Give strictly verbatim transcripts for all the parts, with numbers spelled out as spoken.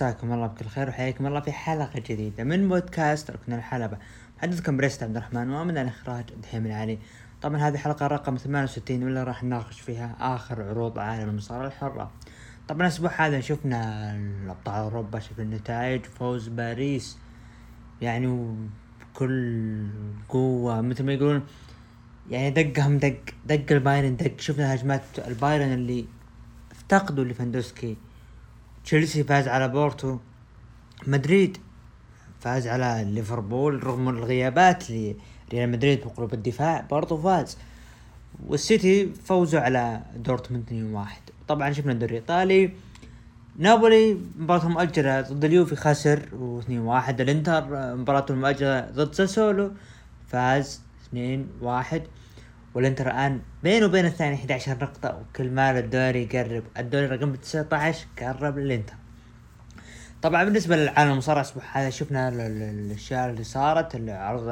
مساكم الله بكل خير وحياكم الله في حلقة جديدة من بودكاست ركن الحلبة. محدثكم بريست عبد الرحمن ومن الإخراج دحيم العلي. طبعا هذه حلقة رقم ثمانية وستين واللي راح نناقش فيها آخر عروض عالم المصارعة الحرة. طبعا الأسبوع هذا شفنا الأبطال أوروبا، شفنا النتائج، فوز باريس يعني بكل قوة مثل ما يقولون، يعني دقهم دق دق البايرن دق. شفنا هجمات البايرن اللي افتقدوا لفاندوسكي. تشيلسي فاز على بورتو، مدريد فاز على ليفربول رغم الغيابات لريال مدريد بقلوب الدفاع برضو فاز، والسيتي فوزوا على دورتموند اثنين واحد. طبعا شفنا الدوري الإيطالي، نابولي مباراة مؤجلة ضد اليوفي خسر اثنين واحد. الانتر مباراة مؤجلة ضد ساسولو فاز اثنين واحد، والانتر الآن بينه وبين الثاني أحد عشر نقطة، وكل ما الدوري يقرب. الدوري رقم تسعة عشر قرب للانتر. طبعا بالنسبة للعالم المصارعة الأسبوع هذا شفنا الأشياء اللي صارت، العرض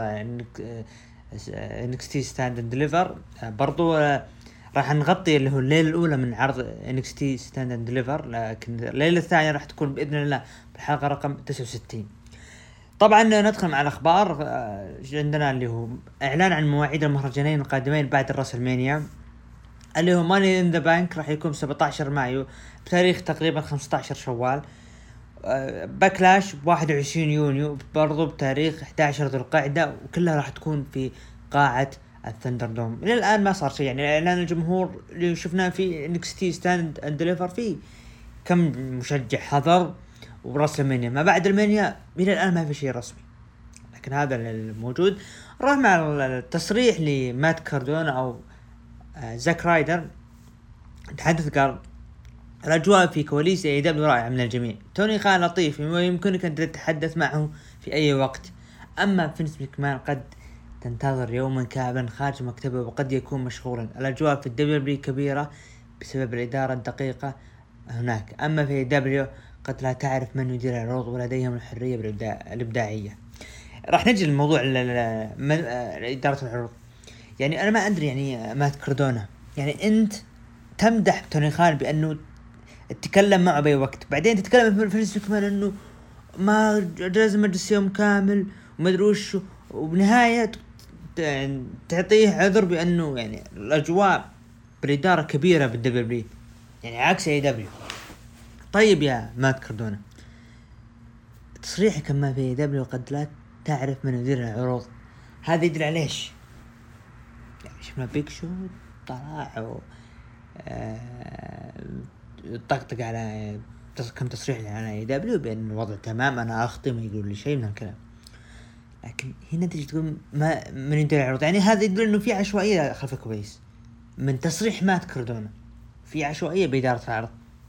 إن إكس تي stand and deliver. برضو راح نغطي اللي هو الليلة الأولى من عرض إن إكس تي stand and deliver، لكن الليلة الثانية راح تكون بإذن الله بالحلقة رقم تسعة وستين. طبعا ندخل مع الأخبار. عندنا اللي هو إعلان عن مواعيد المهرجانين القادمين بعد الراسلمانيا، اللي هو ماني إن ذا بانك راح يكون سبعة عشر مايو بتاريخ تقريبا خمسة عشر شوال. باكلاش واحد وعشرين يونيو برضو بتاريخ أحد عشر ذو القعدة، وكلها راح تكون في قاعة الثندر دوم. إلى الآن ما صار شيء، يعني إعلان الجمهور اللي شفناه في إن إكس تي stand and deliver فيه كم مشجع حضر، وراسلمانيا ما بعد المانيا إلى الآن ما في شيء رسمي، لكن هذا الموجود. راح مع التصريح لمات كاردونا أو زاك رايدر، تحدث قال الأجواء في كواليس إيه دبليو رائعة من الجميع. توني خان لطيف ويمكنك أن تتحدث معه في أي وقت، أما فينس ماكمان قد تنتظر يوما كاملا خارج مكتبه وقد يكون مشغولا. الأجواء في الدبليو كبيرة بسبب الإدارة الدقيقة هناك، أما في دبليو قد لا تعرف من يدير العروض ولديهم الحرية الإبداعية. راح نجي للموضوع إدارة العروض. يعني أنا ما أدري، يعني مات كاردونا، يعني أنت تمدح توني خان بأنه تتكلم معه بأي وقت، بعدين تتكلم في فينس ماكمان أنه ما لازم أجلس يوم كامل وما أدري وش، وبنهاية تعطيه عذر بأنه يعني الأجواء بالإدارة كبيرة بالدبليو، يعني عكس أي دبليو. طيب يا مات كاردونا، تصريحك كما في دبليو قد لا تعرف من يدير العروض، هذا يدل على ايش؟ يعني شفنا بيك شو طلع و طقطق على كم تصريح على اي دبليو بان الوضع تمام، انا اخطي ما يقول لي شيء من الكلام. لكن هنا تجي تقول ما من يدير العروض، يعني هذا يدل انه في عشوائيه خلف الكواليس. من تصريح مات كاردونا في عشوائيه باداره العرض.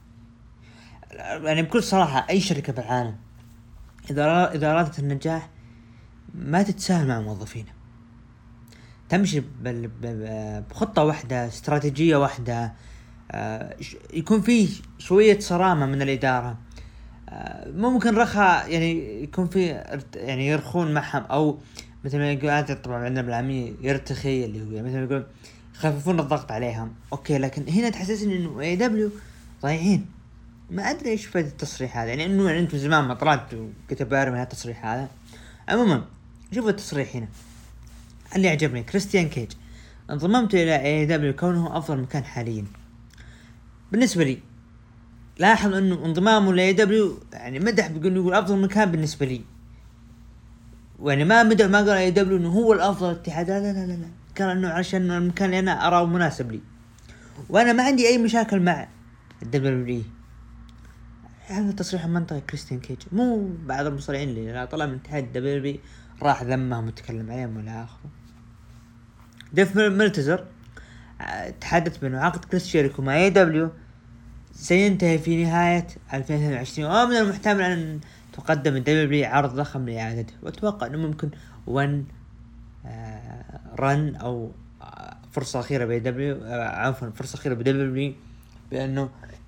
يعني بكل صراحه اي شركه بالعالم إذا إذا أرادت النجاح ما تتساهل مع موظفينها، تمشي بخطة واحدة، استراتيجية واحدة، يكون فيه شوية صرامة من الإدارة. ممكن رخاء يعني يكون فيه، يعني يرخون معهم، أو مثل ما يقول طبعا عندنا بالعامية يرتخي، اللي هو مثل ما يقول يخففون الضغط عليهم. أوكي، لكن هنا تحسسني إنه اي دبليو ضايعين. ما أدري إيش فائدة التصريح هذا، يعني إنه أنتم زمان ما طلعت وكتب أرمي هذا التصريح هذا. عموما شوفوا التصريح هنا اللي عجبني. كريستيان كيج: انضممت إلى إيه دبليو كونه أفضل مكان حاليا بالنسبة لي. لاحظ إنه انضمامه لإيه دبليو يعني مدح، بيقول يقول أفضل مكان بالنسبة لي، يعني ما مدح ما قال إيه دبليو إنه هو الأفضل اتحاد، لا لا لا لا قال إنه عشان المكان اللي أنا أراه مناسب لي، وأنا ما عندي أي مشاكل مع الدبليو. هذا تصريح منطقي كريستيان كيج، مو بعض المصارعين اللي لا طلع من اتحاد دبليو راح ذمهم وتكلم عليهم ولا آخره. ديف ملتزر تحدث بأنه عقد كريس جيريكو مع اي دبليو سينتهي في نهاية ألفين واثنين وعشرين، ومن المحتمل أن تقدم الدبليو عرض ضخم لإعادته، وأتوقع أنه ممكن ون رن أو فرصة أخيرة بي دبليو، عفوا فرصة أخيرة بدبليو بأنه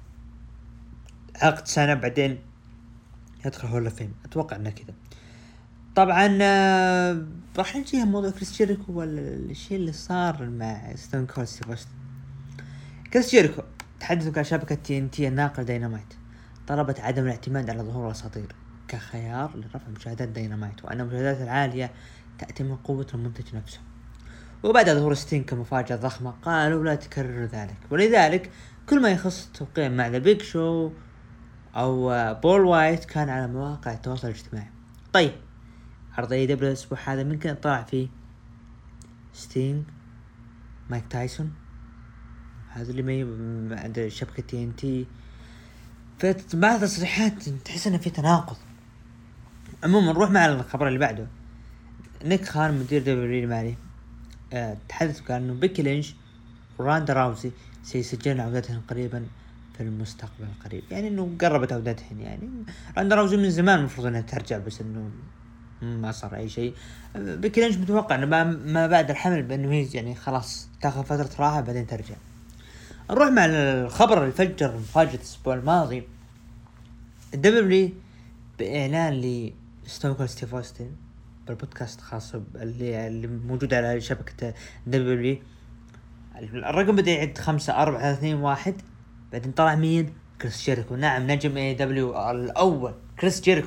عقد سنة بعدين يدخل هول اوف فيم. اتوقع انه كذا. طبعا آه راح نجيها موضوع كريس جيريكو والشيء اللي صار مع ستون كولد. كريس جيريكو تحدثوا عن شبكة تي ان تي الناقل داينامايت. طلبت عدم الاعتماد على ظهور الأساطير كخيار لرفع مشاهدات داينامايت، وأن المشاهدات العالية تأتي من قوة المنتج نفسه. وبعد ظهور ستينج كمفاجأة ضخمة قالوا لا تكرروا ذلك، ولذلك كل ما يخص التوقيع مع ذا بيج شو أو بول وايت كان على مواقع التواصل الاجتماعي. طيب عرض اي دبليو الأسبوع هذا ممكن اطلع فيه ستينج مايك تايسون، هذا اللي ما عند شبكة تي ان تي، فبعض التصريحات تحس انه في تناقض. عموما نروح مع الخبر اللي بعده. نيك خان مدير دبليو المالي أه تحدث قال انه بيكي لينش وراندا راوزي سيسجلن عودتهن قريبا في المستقبل القريب، يعني انه قربت عودتهن. يعني راندا راوزي من زمان المفروض انها ترجع، بس انه ما صار اي شيء. بيكي لينش متوقع انه ما بعد الحمل بانه هي يعني خلاص تاخذ فترة راحة بعدين ترجع. نروح مع الخبر اللي فجر مفاجأة الاسبوع الماضي. الدبليو باعلان لستون كولد ستيف اوستن بالبودكاست خاص اللي اللي موجود على شبكة دبليو. الرقم بدأ يعد خمسة أربعة ثلاثة اثنين واحد، بعدين طلع مين؟ كريس جيريكو. نعم نجم اي دبليو الأول كريس جيريكو.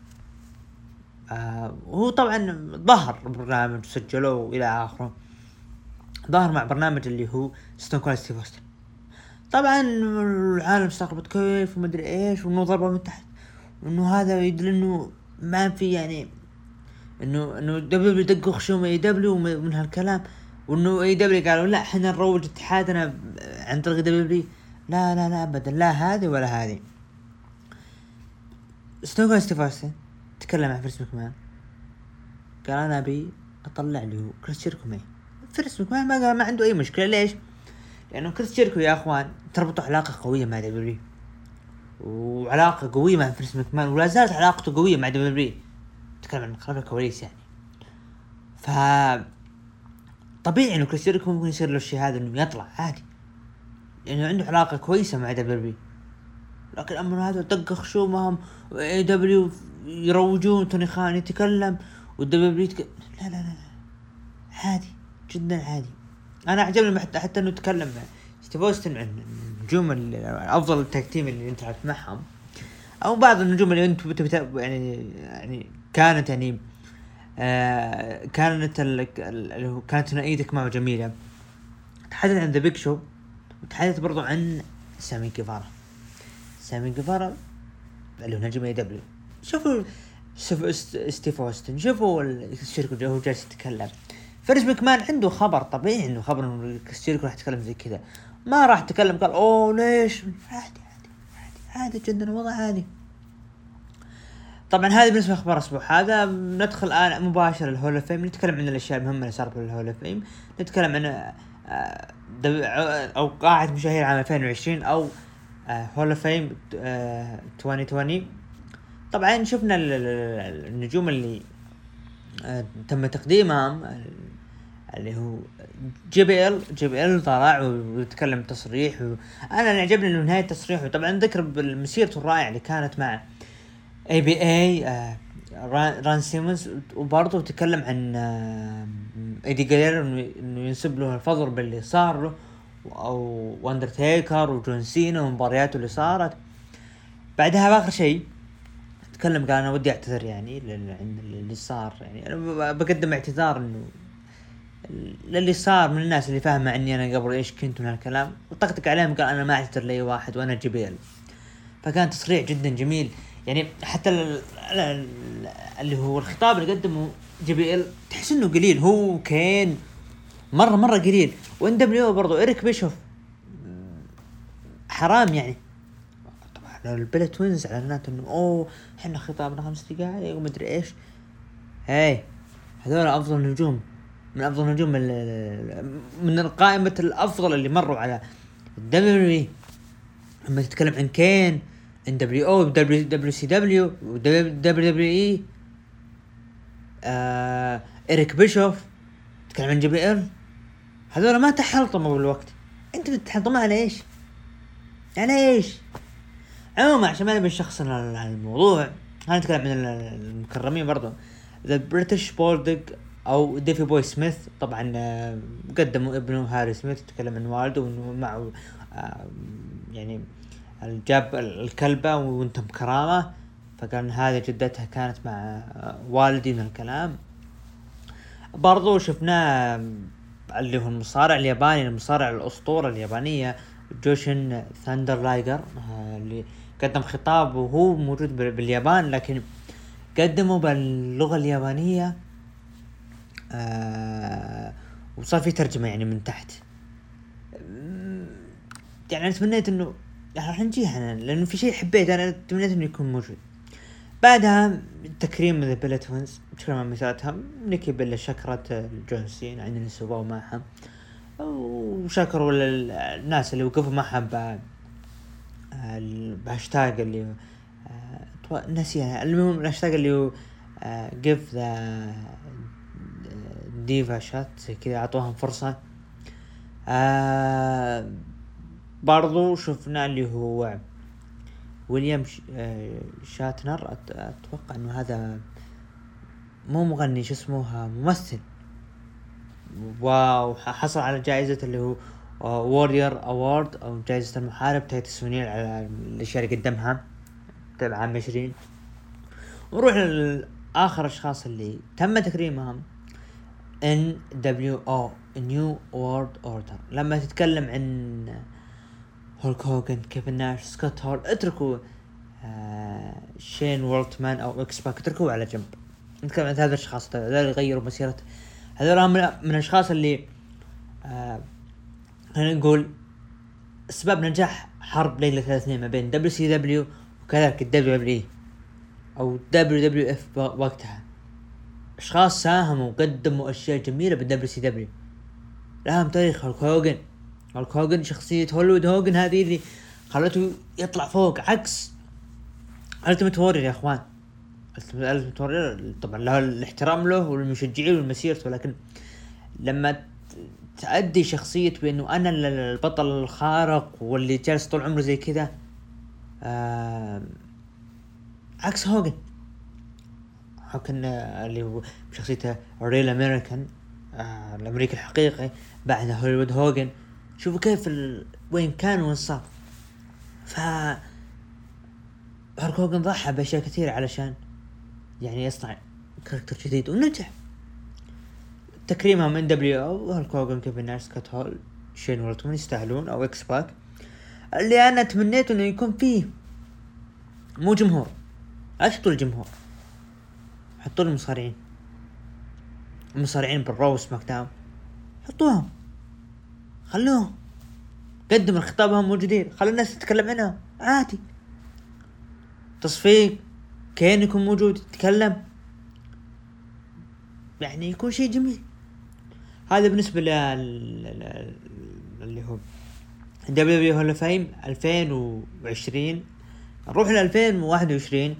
آه هو طبعا ظهر برنامج سجلوه إلى آخره، ظهر مع برنامج اللي هو ستون كولد ستيف اوستن. طبعا العالم استغربت كيف ومدري ايش، وانه ضربه من تحت، وانه هذا يدل انه ما في يعني انه انه دبليو دقوا خشوم اي دبليو من هالكلام، وانه اي دبليو قالوا لا احنا نروج اتحادنا عن طريق دبليو. لا لا لا ابدا، لا هذه ولا هذه. ستون ستيف اوستن تكلم مع فيرس مكمان، قال انا ابي اطلع له كريس جيريكو معي. فيرس مكمان ما قال ما عنده اي مشكله. ليش؟ لانه كريس جيريكو يا اخوان تربطوا علاقه قويه مع دبليو، وعلاقه قويه مع فيرس مكمان، ولا زالت علاقته قويه مع دبليو. تكلم عن خلف الكواليس يعني. ف طبيعي انه كريس جيريكو ممكن يصير له الشيء هذا انه يطلع عادي، لانه عنده علاقه كويسه مع دبليو. لكن اما هذا دق خشومهم واي دبليو يروجون توني خان يتكلم والدبليو يتكلم، لا لا لا عادي جدا عادي. انا عجبني حتى انه تكلم ستيف اوستن عن النجوم الافضل التكتيم اللي انت لعبت معهم، او بعض النجوم اللي انت بت يعني يعني كانت يعني آه كانت اللي كانت ثنائيتك معه جميله. تحدث عن ذا بيج شو، وتحدث برضو عن سامي جيفارا. سامي جيفارا اللي هو نجم اي دبليو. شوفوا شوفوا ستيف اوستن، شوفوا الشركه هو جالس يتكلم. فيرس مكمان عنده خبر طبيعي انه خبر انه الشركه راح تتكلم زي كذا، ما راح تكلم قال اوه ليش، عادي عادي عادي عادي جدا الوضع عادي. طبعا هذه بالنسبه لاخبار الاسبوع هذا. ندخل الان مباشره للهول اوف فيم، نتكلم عن الاشياء المهمه اللي صارت بالهول اوف فيم. نتكلم عن او قاعه مشاهير عام ألفين وعشرين او هول اوف فيم ألفين وعشرين. طبعا شفنا النجوم اللي تم تقديمهم، اللي هو جي بي ال جي بي ال طلع ويتكلم تصريح، وانا عجبني انه نهايه تصريحه طبعا ذكر بالمسيرته الرائعه اللي كانت مع اي بي اي ران سيمونز، وبرضه تكلم عن ايدي جالير انه ينسب له الفضل باللي صار له، او واندرتيكر وجون سينا ومبارياته اللي صارت. بعدها باخر شيء تكلم قال انا ودي اعتذر يعني اللي صار، يعني انا بقدم اعتذار انه للي صار من الناس اللي فاهمه عني انا قبل ايش كنت من هالكلام، وطقطق عليهم قال انا ما اعتذر لاي واحد وانا جبيل. فكان تصريح جدا جميل يعني. حتى اللي هو الخطاب اللي قدمه جبيل تحس انه قليل، هو كان مره مره قليل. وان دبليو برضو إريك بيشوف حرام يعني. طبعا البيل توينز اعلانات انه اوه احنا خطابنا خمس دقائق ومدري ايش. هاي هذول افضل نجوم من افضل نجوم من القائمه الافضل اللي مروا على الدبليو. لما تتكلم عن كين ان دبليو او دبليو دبليو سي دبليو ودبليو دبليو اي، آه إريك بيشوف، تتكلم عن جي بي ال، هذول ما تحلطموا بالوقت. انت بتحلطموا على ايش؟ على ايش؟ عموما عشان ما نبي نشخصن الموضوع، هنتكلم عن المكرمين برضو. ذا بريتش بولدج او ديفي بوي سميث. طبعا قدموا ابنه هاري سميث، تكلم عن والده وانه معه يعني جاب الكلبة وانتم كرامة، فقال هذه جدتها كانت مع والدي من الكلام. برضو شفناه اللي هو المصارع الياباني، المصارع الأسطورة اليابانية جوشن ثاندر لايجر، اللي قدم خطاب وهو موجود باليابان، لكن قدمه باللغة اليابانية آه وصار في ترجمة يعني من تحت. يعني أنا تمنيت إنه راح نجيها لأنه في شيء حبيت، أنا تمنيت إنه يكون موجود. بعدها تكريم ذا بيلا توينز، تكريم مثالتها نيكي بيلا شكرت جون سين عندنا سووا معها، وشكروا الناس اللي وقفوا معها ب الهاشتاج اللي نسيها، المهم الهاشتاج اللي give the diva shot زي كذا، أعطوهم فرصة. آه برضو شفنا اللي هو ويليام شاتنر، أتوقع أنه هذا مو مغني، شو اسمه، ممثل، وحصل على جائزة اللي هو وورير أوارد أو جائزة المحارب تحت السونير على الأشياء اللي قدمها تبع عام عشرين. ونروح لآخر أشخاص اللي تم تكريمهم، إن دبليو أو New World Order. لما تتكلم عن هولك هوغن، كيفن ناش، سكوت هول، اتركوا آه شين وولتمان أو إكس باك، اتركوا على جنب. نتكلم عن هذا الأشخاص هذول يغيروا مسيرة، هذول من الأشخاص اللي آه خلينا نقول أسباب نجاح حرب ليلة الاثنين ما بين دبليو سي دبليو وكذلك الدبليو دبليو أو دبليو دبليو إف وقتها. أشخاص ساهموا وقدموا أشياء جميلة بالدبليو سي دبليو، لهم تاريخ. هولك هوغن، هولك هوغن شخصية هوليوود هوغن هذه اللي خلته يطلع فوق، عكس ألتيميت وورير يا أخوان. ألتيميت وورير طبعا له الاحترام له والمشجعين والمسيرته، لكن لما تأدي شخصية بأنه أنا البطل الخارق واللي جالس طول عمره زي كذا، آه عكس هوغن. هوغن اللي هو بشخصيته ريل أمريكان، آه الأمريكي الحقيقي، بعد هوليوود هوغن. شوفوا كيف ال... وين كان وين صار. ف هولك هوغن ضحى بأشياء كثيرة علشان يعني يصنع كاركتر جديد ونجح. تكريمها من دبليو او هولك هوغن، كيفن ناش، سكوت هول، شين وولتمان يستاهلون، او اكس باك. اللي انا تمنيت انه يكون فيه مو جمهور، اشطوا الجمهور، حطوا المصارعين المصارعين بالروس ماك داون، حطوهم، خلوهم قدم الخطابهم موجودين، خلوا الناس تتكلم عنها عادي. تصفيق كان يكون موجود يتكلم، يعني يكون شيء جميل. هذا بالنسبة لل اللي هو دبليو دبليو هول اوف فيم ألفين وعشرين. نروح ل ألفين وواحد وعشرين.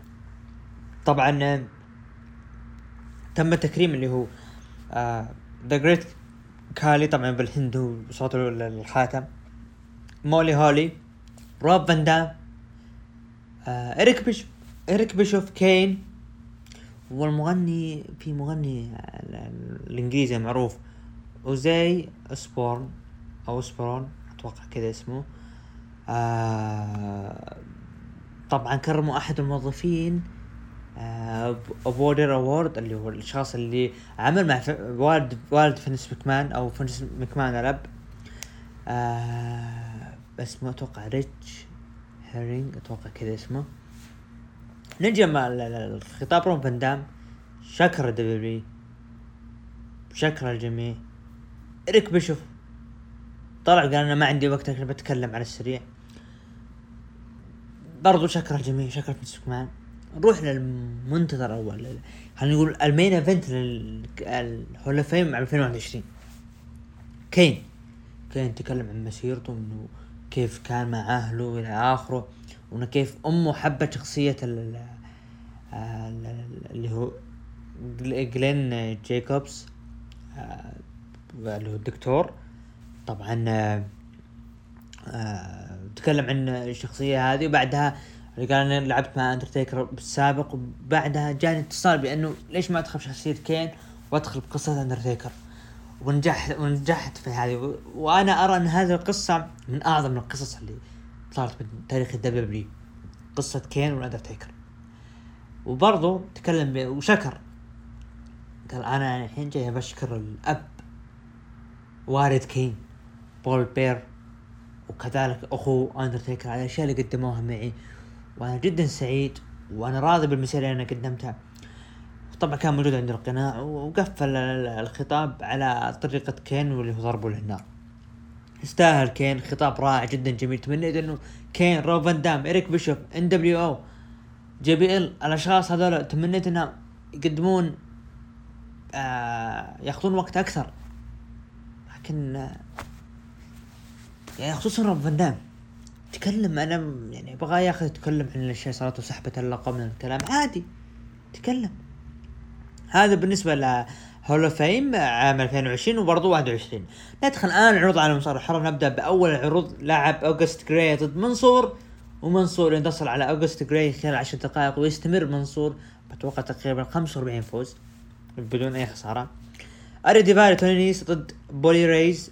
طبعا تم تكريم اللي هو ذا جريت كالي، طبعا بالهند هو بصوته الخاتم، مولي هولي، روب فان دام، آه، إريك بيش إريك بيشوف، كين، والمغني في مغني الإنجليزي معروف أوزي أسبورن أو أسبورن أتوقع كذا اسمه. آه طبعا كرموا أحد الموظفين آه أبوردر أوورد، اللي هو الشخص اللي عمل مع والد والد فينس مكمان أو فينس مكمان الأب، آه اسمه أتوقع ريتش هيرينج، أتوقع كذا اسمه. نجم الخطاب روم فان دام، شكر الدبليو، شكر الجميع. إريك بيشوف طلع قال أنا ما عندي وقت لكن بتكلم على السريع، برضو شكر الجميع، شكر فينس مكمان. نروح للمنتظر أول، خلينا نقول المين ايفنت للهول اوف فيم ألفين وواحد وعشرين. كين كين تكلم عن مسيرته، انه كيف كان مع اهله الى اخره، وانه كيف امه حبت شخصية اللي هو جلين جايكوبس اللي هو الدكتور. طبعا تكلم عن الشخصية هذه، وبعدها قال أنا لعبت مع أندرتيكر بالسابق، وبعدها جاني اتصال بأنه ليش ما أدخل شخصية كين وأدخل بقصة أندرتيكر، ونجحت ونجحت في هذه. وأنا أرى أن هذه القصة من أعظم القصص اللي صارت من تاريخ الدبليو، قصة كين والأندرتيكر. وبرضو تكلم وشكر، قال أنا الحين جاي بشكر الأب والد كين بول بير وكذلك أخوه أندرتيكر على الأشياء اللي قدموها معي، وأنا جدا سعيد وأنا راضي بالمسيرة اللي أنا قدمتها. طبعا كان موجود عند القناع وقفل الخطاب على طريقة كين واللي هو ضربه للنار. استاهل كين، خطاب رائع جدا جميل. تمنيت انه كين، روب فان دام، إريك بيشوف، إن دبليو أو، جي بي إل، الاشخاص هذول تمنيت انهم يقدمون آه ياخذون وقت اكثر، لكن آه يعني خصوصا روب فان دام تكلم. انا يعني ابغى ياخذ يتكلم عن الاشياء صارت وسحبة اللقب من الكلام عادي، تكلم. هذا بالنسبة لهول اوف فيم عام ألفين وعشرين وبرضو واحد وعشرين. ندخل الآن عروض على مصارعة حرة. نبدأ بأول العروض، لاعب أوغست غراي ضد منصور، ومنصور ينتصر على أوغست غراي خلال عشر دقائق، ويستمر منصور بتوقع تقريبا خمسة وأربعين فوز بدون أي خسارة. أري ديفاي تونيس ضد بولي ريز،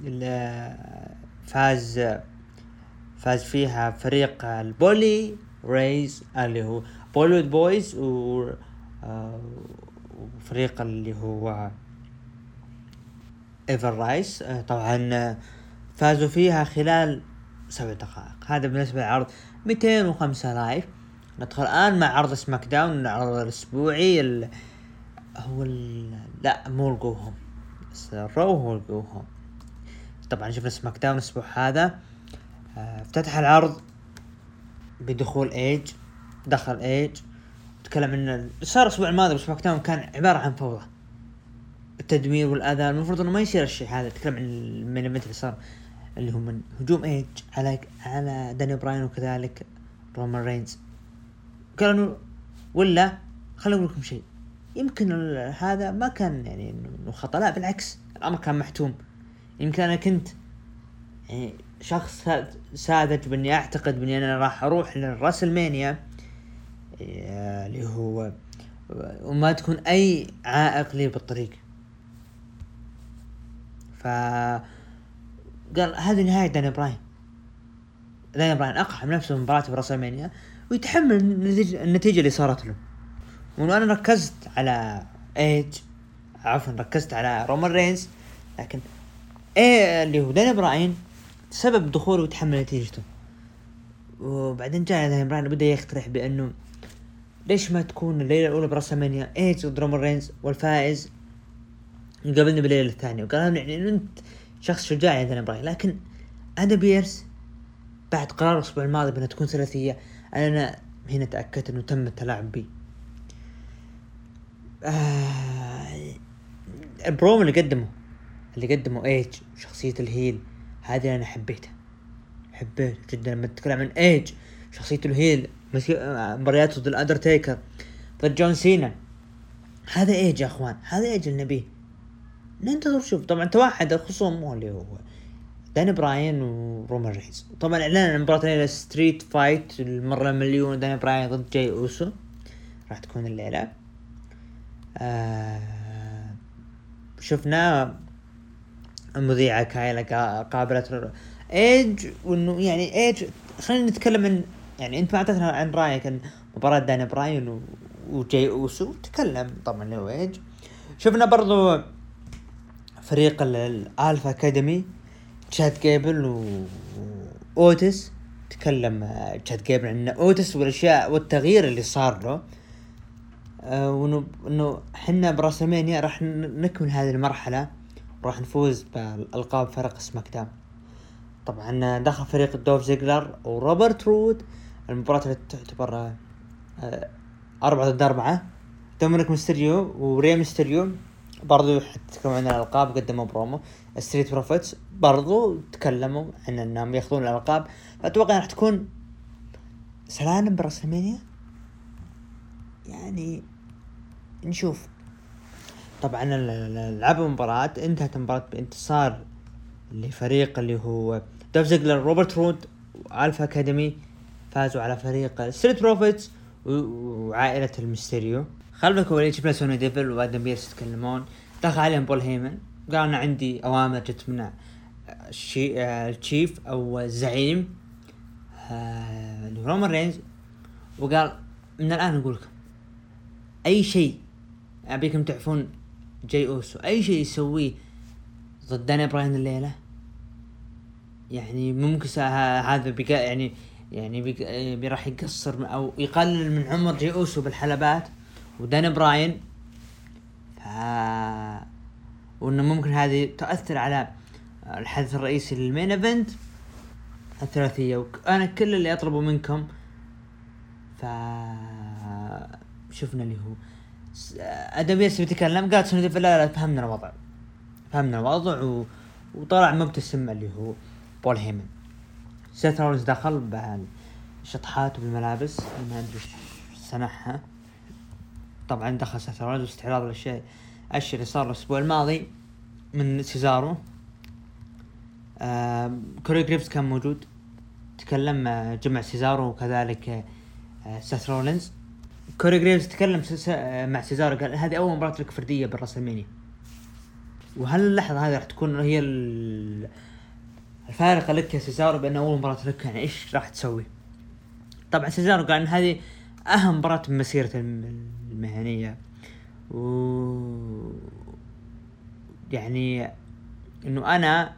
فاز فاز فيها فريق البولي ريز اللي هو بوليود بويز و وفريق اللي هو ايفر رايس. طبعا فازوا فيها خلال سبع دقائق. هذا بالنسبة للعرض مئتين وخمسة لايف. ندخل الآن مع عرض سماك داون، العرض الأسبوعي ال... هو ال... لا مو الجو هوم، الرو هو الجو هوم. طبعا شفنا سماك داون الأسبوع هذا. افتتح العرض بدخول ايج، دخل ايج، تكلم ان صار الاسبوع الماضي بسماك داون كان عباره عن فوضى، التدمير والاذى. المفروض انه ما يصير الشيء هذا. تكلم عن من المثل اللي صار اللي هو من هجوم ايج على على داني براين وكذلك رومان رينز. قالوا ولا خليني اقول لكم شيء، يمكن هذا ما كان يعني انه خطا، لا بالعكس الامر كان محتوم. يمكن انا كنت يعني شخص ساذج باني اعتقد باني انا راح اروح للراسلمانيا اللي هو وما تكون اي عائق لي بالطريق. ف قال هذه نهاية داني براين. داني براين اقحم نفسه من مباراة براسلمانيا ويتحمل النتيجة اللي صارت له. وانا ركزت على ايج، عفوا ركزت على رومان رينز، لكن ايه اللي هو داني براين سبب دخوله ويتحمل نتيجته. وبعدين جاء داني براين بدأ يقترح بانه ليش ما تكون الليلة الأولى براسلمانيا ايج ضد رومان رينز والفائز يقابلني بالليلة الثانية. وقال يعني إنه أنت شخص شجاع يا داني براين، لكن أنا بيرس بعد قرار الأسبوع الماضي بأنها تكون ثلاثية أنا هنا تأكدت إنه تم التلاعب بي. آه البروم اللي قدمه اللي قدمه ايج شخصية الهيل هذه أنا حبيتها حبيت جدا. لما تتكلم عن ايج شخصية الهيل، مبارياته ضد الأندرتيكر، ضد جون سينا، هذا ايج يا اخوان، هذا ايج النبي. ننتظر شوف. طبعا توحد الخصوم اللي هو داني براين ورومان رينز. طبعا اعلان عن مباراة الليلة ستريت فايت المرة المليون، داني براين ضد جاي اوسو راح تكون الليلة. آه شفنا المذيعة كايلا قابلت ايج، وانه يعني ايج خلينا نتكلم عن يعني انت ما اعطيتنا عن رايك عن مباراة داني براين وجاي اوسو. تكلم طبعا اللي هو ايج. شفنا برضو فريق الالفا اكاديمي، تشاد جيبل واوتس. تكلم تشاد جيبل عن اوتس والاشياء والتغيير اللي صار له، آه وانه انه احنا براسلمانيا راح نكمل هذه المرحله وراح نفوز بالالقاب فرق سماك داون. طبعا دخل فريق الدوف زيجلر وروبرت رود. المباراة اللي تعتبر آه أربعة ضد أربعة. دومينيك ميستيريو وري ميستيريو برضو حتكلموا عن الألقاب، قدموا برومو. ستريت بروفيتس برضو تكلموا عن أنهم يأخذون الألقاب. أتوقع راح تكون سلالم براسلمانيا، يعني نشوف. طبعا لعبوا مباراة، انتهت المباراة بانتصار لفريق اللي هو دوف زيجلر روبرت رود والفا اكاديمي، فازوا على فريق ستريت بروفيتس وعائلة الميستيريو. خلفك وليد بلا سوني ديفل وادم بيرس يتكلمون. دخل عليهم بول هيمن قال انا عندي اوامر جت من الشيف او الزعيم اللي هو رومان رينز، وقال من الآن أقول لكم أي شيء أبيكم تعرفون جاي أوسو أي شيء يسويه ضد داني براين الليلة يعني ممكن هذا بقى يعني يعني بي راح يقصر أو يقلل من عمر جاي أوسو بالحلبات وداني براين، ف وإنه ممكن هذه تؤثر على الحدث الرئيسي للمين ايفنت الثلاثية. وأنا كل اللي أطلبه منكم ف شفنا اللي هو ادم بيرس بيتكلم قالت سوني لا لا فهمنا الوضع فهمنا الوضع و... وطلع مبتسم اللي هو بول هيمن. سيث رولينز دخل بالشطحات وبالملابس ما ادري سنحها، طبعا دخل سيث رولينز واستعراض الاشياء الشيء اللي صار الاسبوع الماضي من سيزارو. آه... كوري جريفز كان موجود تكلم جمع سيزارو وكذلك آه... سيث رولينز. كوري جريفز تكلم مع سيزارو قال هذه أول مباراة لك فردية بالرسلمانيا، وهل اللحظة هذه راح تكون هي الفارقة لك يا سيزارو بأن أول مباراة لك يعني إيش راح تسوي؟ طبعا سيزارو قال إن هذه أهم مباراة من مسيرة المهنية، و يعني إنه أنا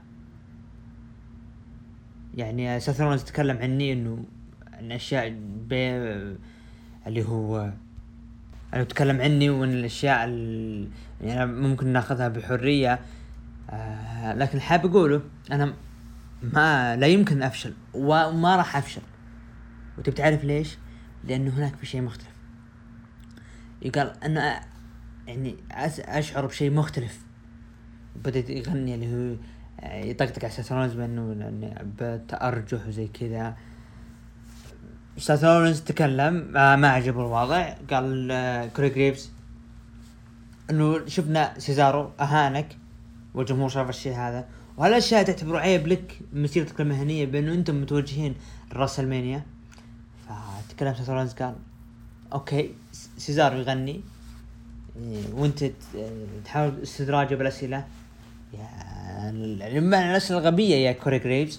يعني سيث رولينز تكلم عني إنه أن أشياء بي اللي هو أنا بتكلم عني وإن الأشياء يعني ممكن نأخذها بحرية، آه لكن حاب أقوله أنا ما لا يمكن أفشل وما راح أفشل، وتبي تعرف ليش؟ لأنه هناك في شيء مختلف. يقال أنا يعني أشعر بشيء مختلف، بدأت يغني اللي هو يطقطق على سيث رولينز بأنه بتأرجح وزي كذا. سيث رولينز تكلم ما عجبه الوضع، قال كوري جريفز انه شفنا سيزارو اهانك والجمهور شاف الشيء هذا، وهالاشياء تعتبر عيب لك مسيرتك المهنيه بانه انتم متوجهين للراسلمانيا. فتكلم سيث رولينز قال اوكي سيزارو يغني وانت تحاول استدراجه بالاسئله، يعني من الاسئله الغبيه يا كوري جريفز.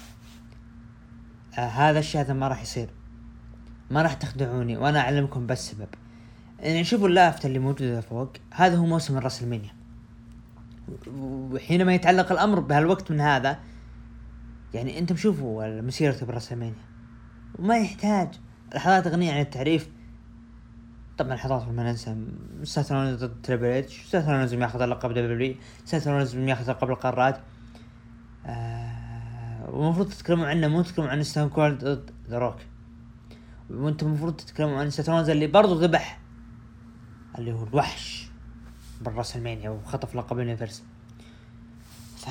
آه هذا الشيء هذا ما راح يصير، ما راح تخدعوني وانا اعلمكم بس سبب يعني شوفوا اللافته اللي موجوده فوق، هذا هو موسم الرسلمانيا، وحينما يتعلق الامر بهالوقت من هذا يعني انتم شوفوا مسيرته بالرسلمانيا وما يحتاج لحظات اغنيه عن التعريف. طبعا لحظات ما ننسى سيث رولينز ضد تريبل اتش، سيث رولينز ياخذ اللقب دبليو، سيث رولينز ياخذ لقب القارات، آه ومفروض تتكلموا عنه مو تتكلموا عن ستون كولد ضد ذا روك، وانتم المفروض تتكلموا عن سيث رولينز اللي برضو ذبح اللي هو الوحش بالرسلمانيا وخطف لقب اليونيفرس. ف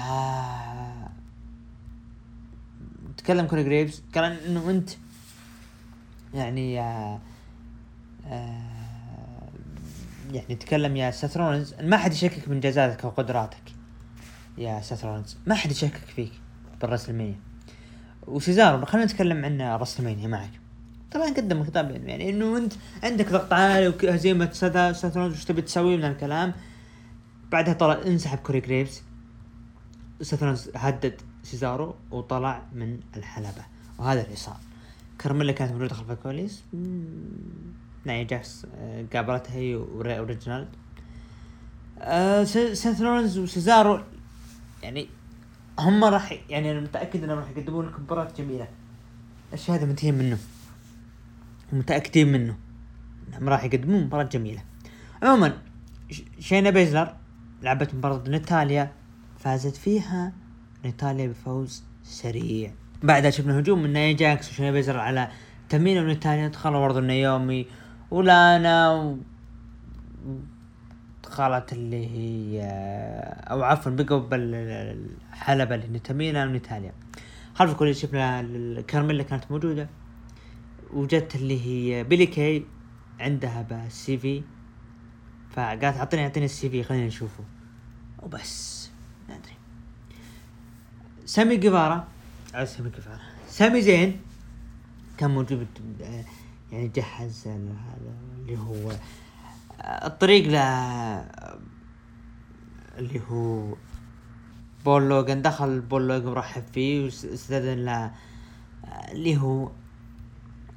تكلم كوري جريفز قال انه انت يعني آه آه يعني تكلم يا سيث رولينز ما حد يشكك من جزاتك وقدراتك يا سيث رولينز، ما حد يشكك فيك بالرسلمانيا. وسيزارو خلينا نتكلم عن رسلمانيا معك. طبعا قدم خطاب يعني انه انت عندك ضغط عالي وهزيمه سيث رولينز وش تبي تسوي من الكلام. بعدها طلع انسحب كوري جريفز، سيث رولينز هدد سيزارو وطلع من الحلبة، وهذا اللي صار. كارميلا كانت موجودة خلف الكواليس، نايا جاكس قابلتها هي وري اوريجينال. أه سيث رولينز وسيزارو يعني هم راح يعني انا متاكد انهم راح يقدمون لكم مباراة جميله، الشيء هذا منتهي منه ومتاكدين منه انهم راح يقدمون مباراة جميله. عموما شينا بيزلر لعبت مباراة ضد ناتاليا، فازت فيها ناتاليا بفوز سريع. بعدها شفنا هجوم من نايا جاكس وشينا بيزلر على تمينا وناتاليا، دخلوا برضو نايومي ولانا و... دخلت اللي هي او عفوا بقوا بالحلبة اللي تمينا وناتاليا. خلف كل شفنا كارميلا كانت موجودة، وجدت اللي هي بيلي كي عندها بالسي في، فقالت اعطيني اعطيني السي في خلينا نشوفه وبس. ما ادري سامي جيفارا او سامي جيفارا سامي زين كان موجود يعني جهز اللي هو الطريق ل اللي هو بول لوغان. دخل بول لوغان رحب فيه واستاذن له اللي هو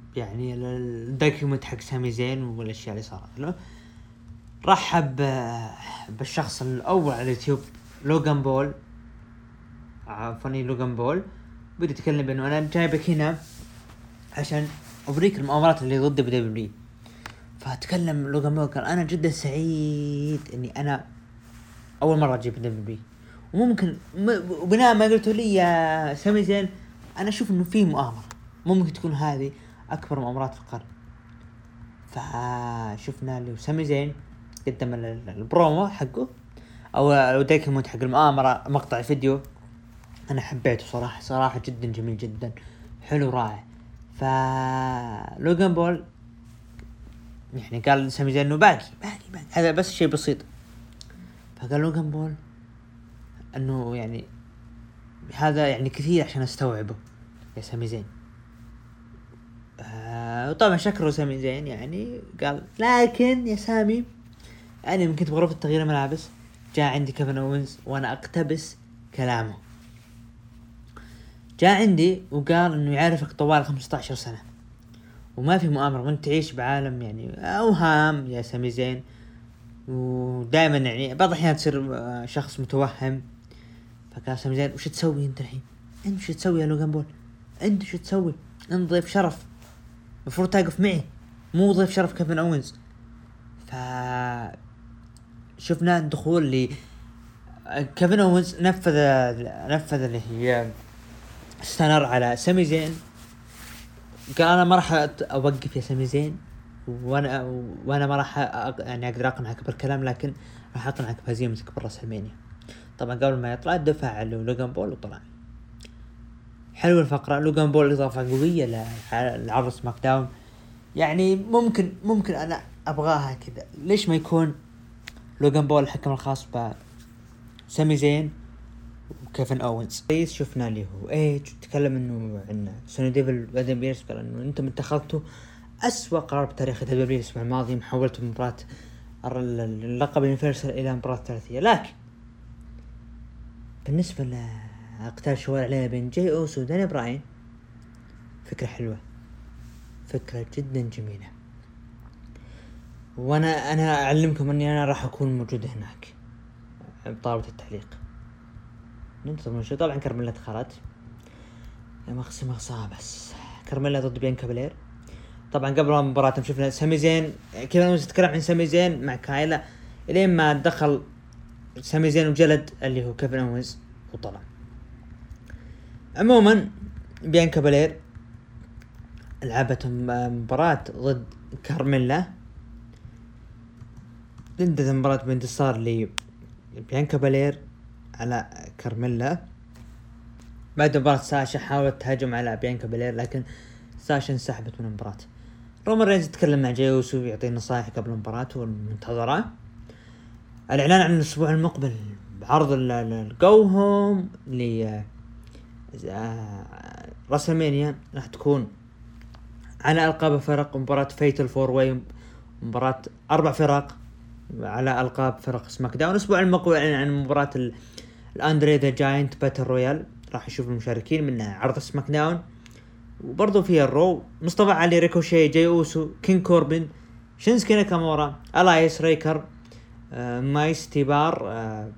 يعني الدوكيومنت حق سامي زين والاشياء اللي صارت له. رحب بالشخص الاول على اليوتيوب لوغان بول، عفوني لوغان بول، بدي اتكلم بانه انا جايبك هنا عشان اوريك المؤامرات اللي ضد بدبليو. فاتكلم لوغان بول قال انا جدا سعيد اني انا اول مره اجيب دبليو، وممكن وبناء ما قلتوا لي يا سامي زين انا اشوف انه في مؤامره ممكن تكون هذه اكبر مؤامرات القرن. فشفنا اللي سامي زين قدم البرومو حقه او الدوكيومنت حق المؤامره، مقطع فيديو انا حبيته صراحه صراحه جدا جميل جدا حلو رائع. فلوغان بول يعني قال سامي زين انه باقي باقي باقي هذا بس شيء بسيط. فقال لوغان بول انه يعني هذا يعني كثير عشان استوعبه يا سامي زين. آه وطبعا شكره سامي زين، يعني قال لكن يا سامي انا يمكن بغرفة تغيير ملابس جاء عندي كيفن أوينز وانا اقتبس كلامه، جاء عندي وقال انه يعرفك طوال خمسة عشر سنة وما في مؤامرة وانت تعيش بعالم يعني اوهام يا سامي زين، ودائما يعني بعض الاحيان تصير شخص متوهم. فقال سامي زين وش تسوي انت الحين؟ انت وش تسوي يا لوغان بول؟ انت وش تسوي؟ انت ضيف شرف مفروض تقف معي، مو ضيف شرف كيفن أوينز. ف شفنا الدخول اللي كيفن أوينز نفذ نفذ اللي هي استنر على سامي زين، قال انا ما راح اوقف يا سامي زين، وانا وانا ما راح يعني اقدر اقنعك بالكلام، لكن راح اقنعك بهزيمتك بالراس المانيا. طبعا قبل ما يطلع دفع على لوغان بول وطلع. حلو الفقره، لوغان بول اضافه قويه لعرض سماك داون، يعني ممكن ممكن انا ابغاها كذا. ليش ما يكون لوغان بول الحكم الخاص ب سامي زين وكيفن أوينز؟ رئيس شفنا اللي هو ايه تكلم انه عن سوني ديفل وادم بيرس، قال انه انتم اتخذتوا اسوأ قرار بتاريخ الدبليو الاسبوع الماضي، محولتوا مباراة اللقب اليونيفرسال الى مباراة ثلاثية. لكن بالنسبة لقتال شوارع ليلة بين جاي اوسو وداني براين فكرة حلوة، فكرة جدا جميلة، وانا انا اعلمكم اني انا راح اكون موجود هناك بطاولة التعليق. ننتظر من شو. طبعا كارميلا دخلت يا مخصي مخصها، بس كارميلا ضد بيانكا بلير. طبعا قبل المباراة شفنا سامي زين كيف انا نتكلم عن سامي زين مع كايلا الين ما دخل سامي زين وجلد اللي هو كيفن أوينز وطلع. عموما بيانكا بلير لعبت مباراة ضد كارميلا، انتهت المباراة بانتصار لبيانكا بلير على كارميلا. بعد مباراة ساشا حاولت تهاجم على بيانكا بلير لكن ساشا انسحبت من المباراة. رومان رينز يتكلم مع جاي اوسو ويعطيه نصائح قبل المباراة والمنتظرة. الاعلان عن الاسبوع المقبل بعرض الجو هوم ل راسلمانيا راح تكون على القاب فرق، مباراة فيتل فور واي، مباراة اربع فرق على القاب فرق سماك داون. الاسبوع المقبل عن مباراة الاندري ذا جاينت باتل رويال، راح يشوف المشاركين من عرض سماك داون. وبرضو في الرو مصطفى علي، ريكوشي، جاي اوسو، كين كوربن، شينسكي ناكامورا، الايس ريكر، آه، مايس تيبار، آه،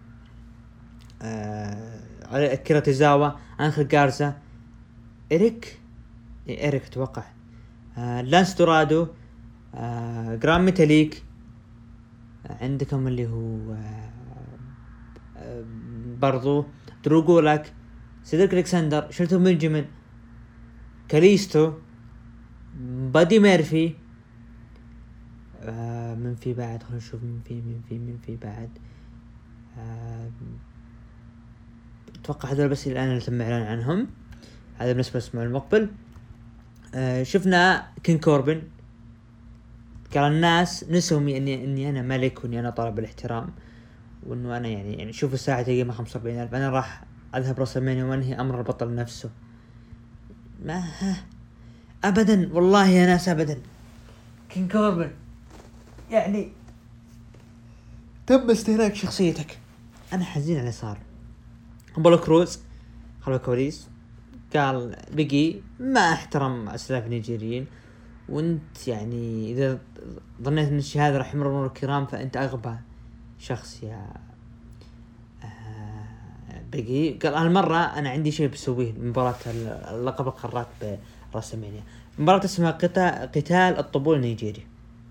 آه، كيرا تيزاوا، انخل غارزا، إريك إريك توقع، آه، لانس دورادو، آه، جرام ميتاليك. عندكم اللي هو آه، آه، برضو دروغولاك، سيدريك الكسندر، شلتون بنجمين، كاليستو، بادي ميرفي. آه، من في بعد خلينا نشوف من في من في من في بعد. آه، اتوقع هذول بس الان اللي تم اعلان عنهم. هذا بالنسبه للاسبوع المقبل. آه، شفنا كين كوربن قال الناس نسوا اني اني انا ملك واني انا طالب الاحترام، وانه انا يعني يعني شوف الساعه تقييمها خمسة وأربعين ألف، انا راح اذهب راسلمانيا وانهي امر البطل نفسه. ما ابدا والله يا ناس ابدا. كين كوربن يعني تم استهلاك شخصيتك. انا حزين على صار. بولو كروز خلف الكواليس قال بيجي ما احترم اسلاف نيجيريين وانت يعني اذا ظنيت ان الشيء هذا راح يمر مرور الكرام فانت اغبى شخص يا بقي. قال هالمرة انا عندي شيء بسويه مباراة اللقب القارات براسلمانيا، مباراة اسمها قتال قتال الطبول النيجيري.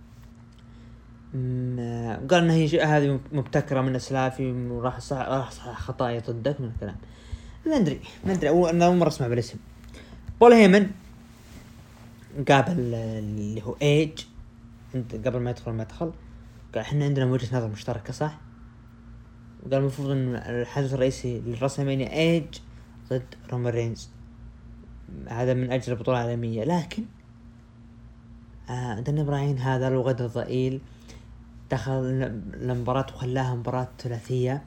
قال ان هي هذه مبتكرة من اسلافي وراح صح راح صح خطايا ضدك من الكلام. ما ادري ما ادري انا اول مرة اسمع بالاسم. بول هيمن قابل اللي هو ايج قبل ما يدخل ما يدخل قال احنا عندنا وجهة نظر مشتركة صح. قال المفروض ان الحدث الرئيسي للرسلمانيا ايج ضد رومان رينز، هذا من اجل البطولة العالمية. لكن آه داني براين هذا الوغد الضئيل دخل المباراة وخلاها مباراة ثلاثية،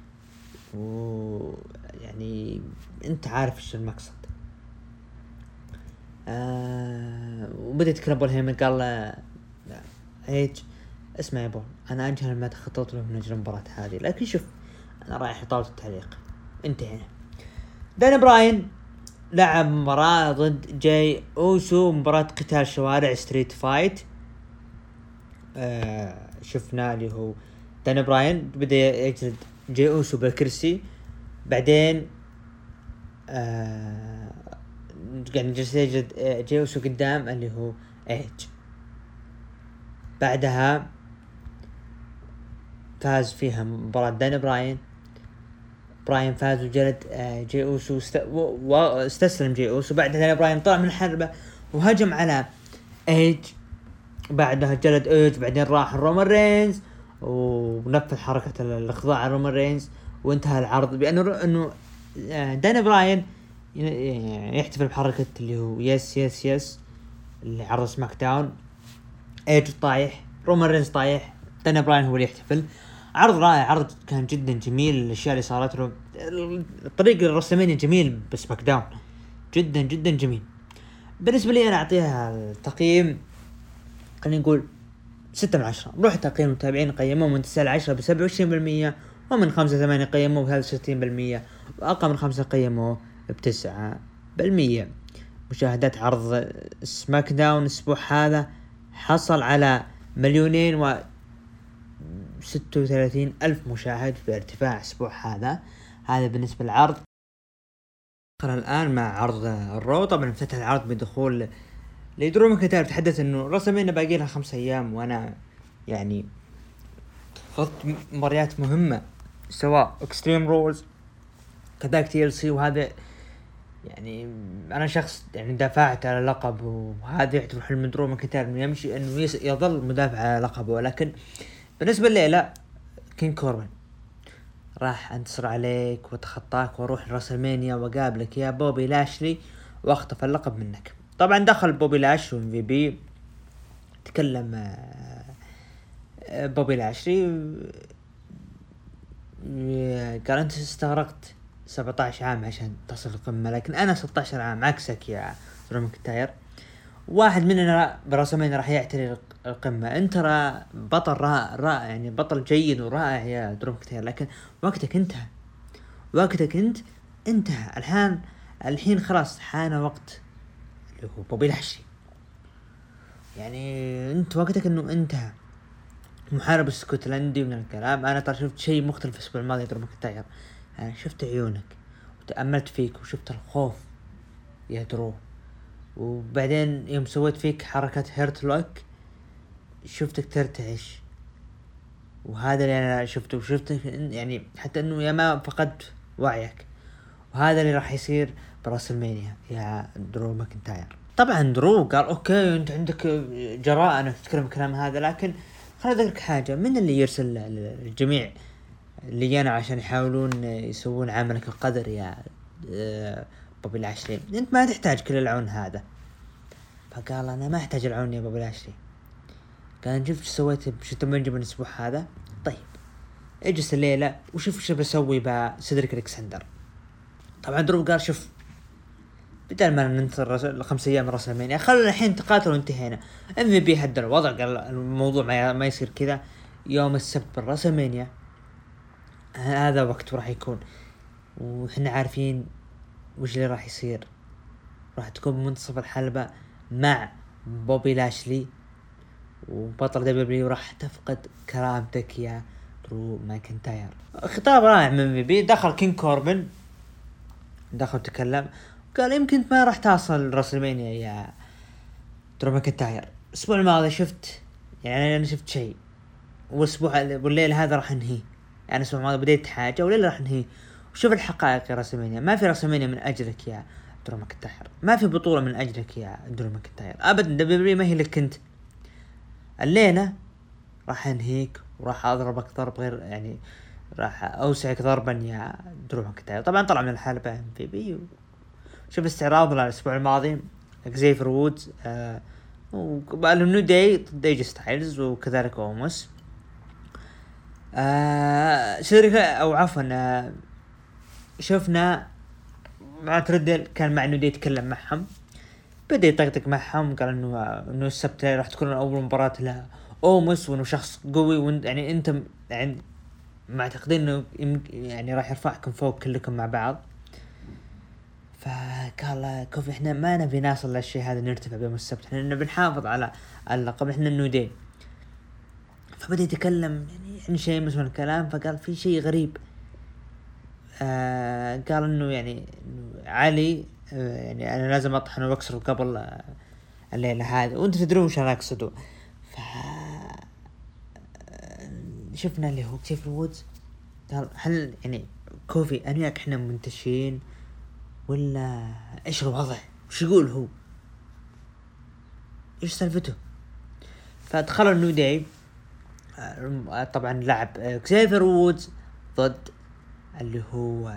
ويعني انت عارف ايش المقصد. آه وبدأ يتكلم بول هيمن قال له ايج اسمع يا بول انا اجهل ما تخطط له من اجل المباراة هذه، لكن شوف انا رايح لطاولة التعليق. انتهينا. داني براين لعب مباراة ضد جاي اوسو، مباراة قتال شوارع ستريت فايت. آه شفنا اللي هو داني براين بدأ يجلد جاي اوسو بالكرسي، بعدين آه يعني جلس يجلد جاي اوسو قدام اللي هو ايج. بعدها فاز فيها مباراة داني براين. براين فاز وجلد جاي اوسو واستسلم جاي اوسو. بعدها داني براين طلع من الحلبة وهجم على ايج، بعدها جلد ايج. بعدين راح رومان رينز ونفذ حركة الاخضاع على رومان رينز وانتهى العرض بانه انه داني براين يحتفل بحركة اللي هو يس يس يس اللي عرض سماك داون. ايج طايح، رومان رينز طايح، داني براين هو اللي يحتفل. عرض رائع، عرض كان جدا جميل. الاشياء اللي صارت له، الطريق للرسلمانيا جميل بسماك داون جدا جدا جميل. بالنسبة لي انا اعطيها تقييم خلينا نقول ستة من عشرة. نروح تقييم المتابعين قيموه من تسعة لعشرة بسبعة وعشرين بالمية، ومن خمسة ثمانية قيموه بهذا ستين بالمية، وأقل من خمسة قيموه بتسعة بالمية. مشاهدات عرض سماك داون الأسبوع هذا حصل على مليونين و ستة وثلاثين ألف مشاهد في ارتفاع أسبوع هذا. هذا بالنسبة للعرض. نقرأ الآن مع عرض الرو. طبعا افتتح العرض بدخول لدرو ماكنتاير. تحدث انه رسمينا باقي لها خمس ايام وانا يعني خذت مباريات مهمة سواء اكستريم رولز كذلك تي ال سي، وهذا يعني انا شخص يعني دافعت على لقب، وهذا يعتبر حلم درو ماكنتاير انه يمشي انه يظل مدافع على لقبه. ولكن بالنسبة لي لا، كين كوربن راح انتصر عليك وتخطاك واروح لرسلمانيا وقابلك يا بوبي لاشلي واخطف اللقب منك. طبعا دخل بوبي لاش وام في بي تكلم بوبي لاشلي قال انت استغرقت سبعة عشر عام عشان تصل القمة، لكن انا ستة عشر عام عكسك يا درو ماكنتاير. واحد مننا برسمين راح يعتري القمة، انت را بطل رائع رائع يعني بطل جيد ورائع يا درو ماكنتاير، لكن وقتك انتهى. وقتك انت انتهى الحين. الحين خلاص حان وقت اللي هو بوبي لاشلي. يعني انت وقتك انه انتهى. محارب اسكتلندي من الكلام. انا ترى شفت شيء مختلف الاسبوع الماضي درو ماكنتاير. انا شفت عيونك وتأملت فيك وشفت الخوف يا درو، وبعدين يوم سويت فيك حركة هيرت لوك شفتك ترتعش، وهذا اللي انا شفته. وشفتك يعني حتى انه يا ما فقدت وعيك، وهذا اللي راح يصير براسلمانيا يا درو ماكنتاير. طبعا درو قال اوكي انت عندك جراءة انك تتكلم الكلام هذا، لكن خليني اذكرك حاجة. من اللي يرسل الجميع اللي انا عشان يحاولون يسوون عملك القدر يا بوبي لاشلي؟ انت ما تحتاج كل العون هذا. فقال انا ما احتاج العون يا بوبي لاشلي. قال شوف ايش سويت بشتم بنجمن الاسبوع هذا. طيب اجلس الليلة وشوف ايش بسوي بسيدريك الكسندر. طبعا درو قال شوف بدل ما ننتظر الخمس ايام رسلمانيا خلونا الحين تقاتل وانتهينا. ام في بي هدى الوضع قال الموضوع ما يصير كذا. يوم السبت بالرسلمانيا هذا وقت راح يكون، وحنا عارفين وش اللي راح يصير. راح تكون بمنتصف الحلبة مع بوبي لاشلي وبطل دبليو راح تفقد كرامتك يا درو ماكنتاير. خطاب رائع من في بي. دخل كين كوربن دخل تكلم قال يمكن ما راح تصل راسلمانيا يا درو ماكنتاير. الاسبوع الماضي شفت يعني انا شفت شيء والاسبوع والليل هذا راح ننهي. يعني الاسبوع الماضي بديت حاجه والليل راح ننهي. وشوف الحقائق يا راسلمانيا. ما في راسلمانيا من اجلك يا درو ماكنتاير. ما في بطوله من اجلك يا درو ماكنتاير ابدا. دبليو ما هي لك انت. الليله راح انهيك وراح اضربك ضرب غير يعني راح اوسعك ضربا يا درو ماكنتاير. طبعا طلع من الحلبة ام في بي. شوف استعراض الاسبوع الماضي اكزيفر وودز آه وقالوا نو داي ضد ايج ستايلز وكذلك اوموس. آه شركة او عفوا آه شفنا مع تردل كان مع نو داي يتكلم معهم. بدأ يطقطق معهم قال انه انه السبت راح تكون اول مباراة لها اوموس وانه شخص قوي وانت يعني انت يعني معتقدين انه يعني راح يرفعكم فوق كلكم مع بعض. فقال كوفي احنا ما نبي نصل للشيء هذا نرتفع بيوم السبت. احنا نبي نحافظ على اللقب. احنا النودين. فبدأ يتكلم يعني عن شيء مثل الكلام. فقال في شيء غريب. آه قال انه يعني إنه علي آه يعني انا لازم اطحن واكسره قبل آه الليلة هذه وانت تدرون وش انا اقصده. ف شفنا اللي هو كيف الوودز قال هل يعني كوفي انا وياك احنا منتشين ولا ايش الوضع؟ وش يقول هو؟ ايش سالفته؟ فدخلوا النو داي. طبعا لعب اكزيفر وودز ضد اللي هو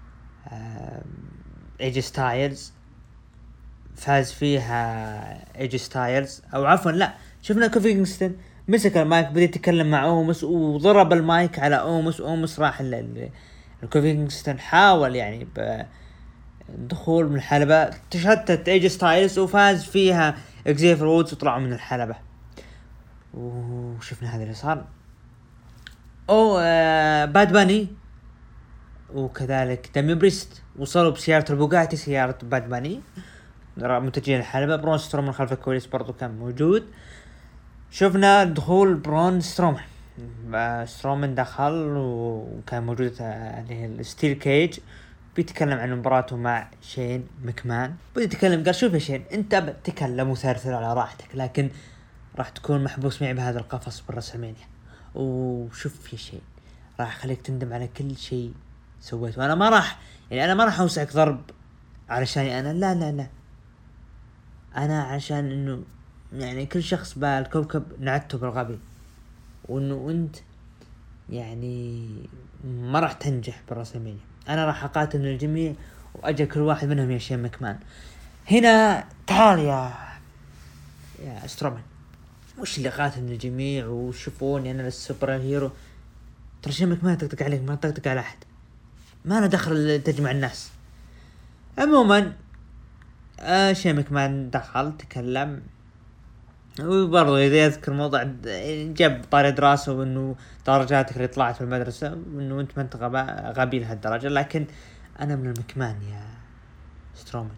ايج ستايلز. فاز فيها ايج ستايلز او عفوا لا شفنا كوفي كينغستون مسك المايك بدأ يتكلم مع اومس وضرب المايك على اومس. اومس راح الكوفي كينغستون حاول يعني دخول من الحلبة. تشتت ايج ستايلز وفاز فيها اكزيفر وودز وطلعوا من الحلبة. وشفنا هذا اللي صار. او آه باد باني وكذلك دامي بريست وصلوا بسيارة البوغاتي سيارة باد باني متجهين الحلبة. برون سترومان خلف الكواليس برضو كان موجود. شفنا دخول برون سترومان. سترومان دخل وكان موجود عليه الستيل كيج بيتكلم عن مباراته مع شين مكمان. بدي يتكلم قال شوف يا شين انت بتتكلم وثرثر على راحتك لكن راح تكون محبوس معي بهذا القفص بالرسلمانيا. وشوف يا شين راح خليك تندم على كل شيء سويته. انا ما راح يعني انا ما راح اوسعك ضرب علشاني انا لا لا لا انا عشان انه يعني كل شخص بالكوكب نعته بالغبي وانه انت يعني ما راح تنجح بالرسلمانيا. انا راح اقاتل من الجميع واجل كل واحد منهم يا شين مكمان. هنا تعال يا يا سترومان وش اللي قاتل من الجميع وشوفوني انا السوبر هيرو. ترى شين مكمان تقطق عليك ما تقطق على احد. ما انا دخل تجمع الناس. عموما آه شين مكمان دخل تكلم وبرضه إذا يذكر موضوع جاب طارد راسه وإنه درجاتك اللي طلعت في المدرسة وإنه أنت ما أنت غبي لهالدرجة. لكن أنا من المكمان يا سترومان.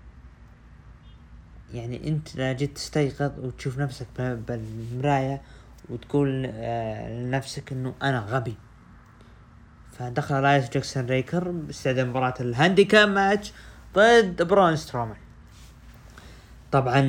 يعني أنت لا جيت تستيقظ وتشوف نفسك بالمراية وتقول لنفسك إنه أنا غبي. فدخل رايس جاكسون ريكر باستعداد مباراة الهانديكاب ماتش ضد برون سترومان. طبعا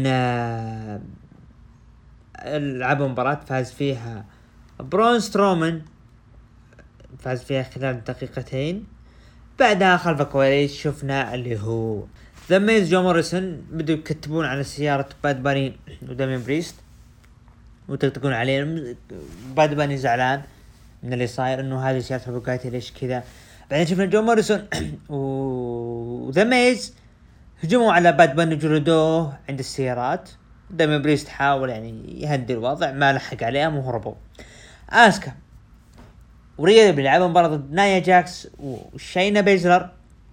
لعبوا مباراة فاز فيها برون سترومان. فاز فيها خلال دقيقتين. بعدها خلف الكواليس شفنا اللي هو ذا ميز جو موريسون بدوا يكتبون على سيارة باد باني ودامين بريست وتقطقون عليهم. باد باني زعلان من اللي صاير انه هذه سيارة البوغاتي ليش كذا. بعدين شفنا جو موريسون وذا ميز هجموا على باد باني جلدوه عند السيارات. دامين بريست حاول يعني يهدي الوضع ما لحق عليهم وهربوا. اسكا وريا بيلعبوا مباراة ضد نايا جاكس وشاينا بيزلر.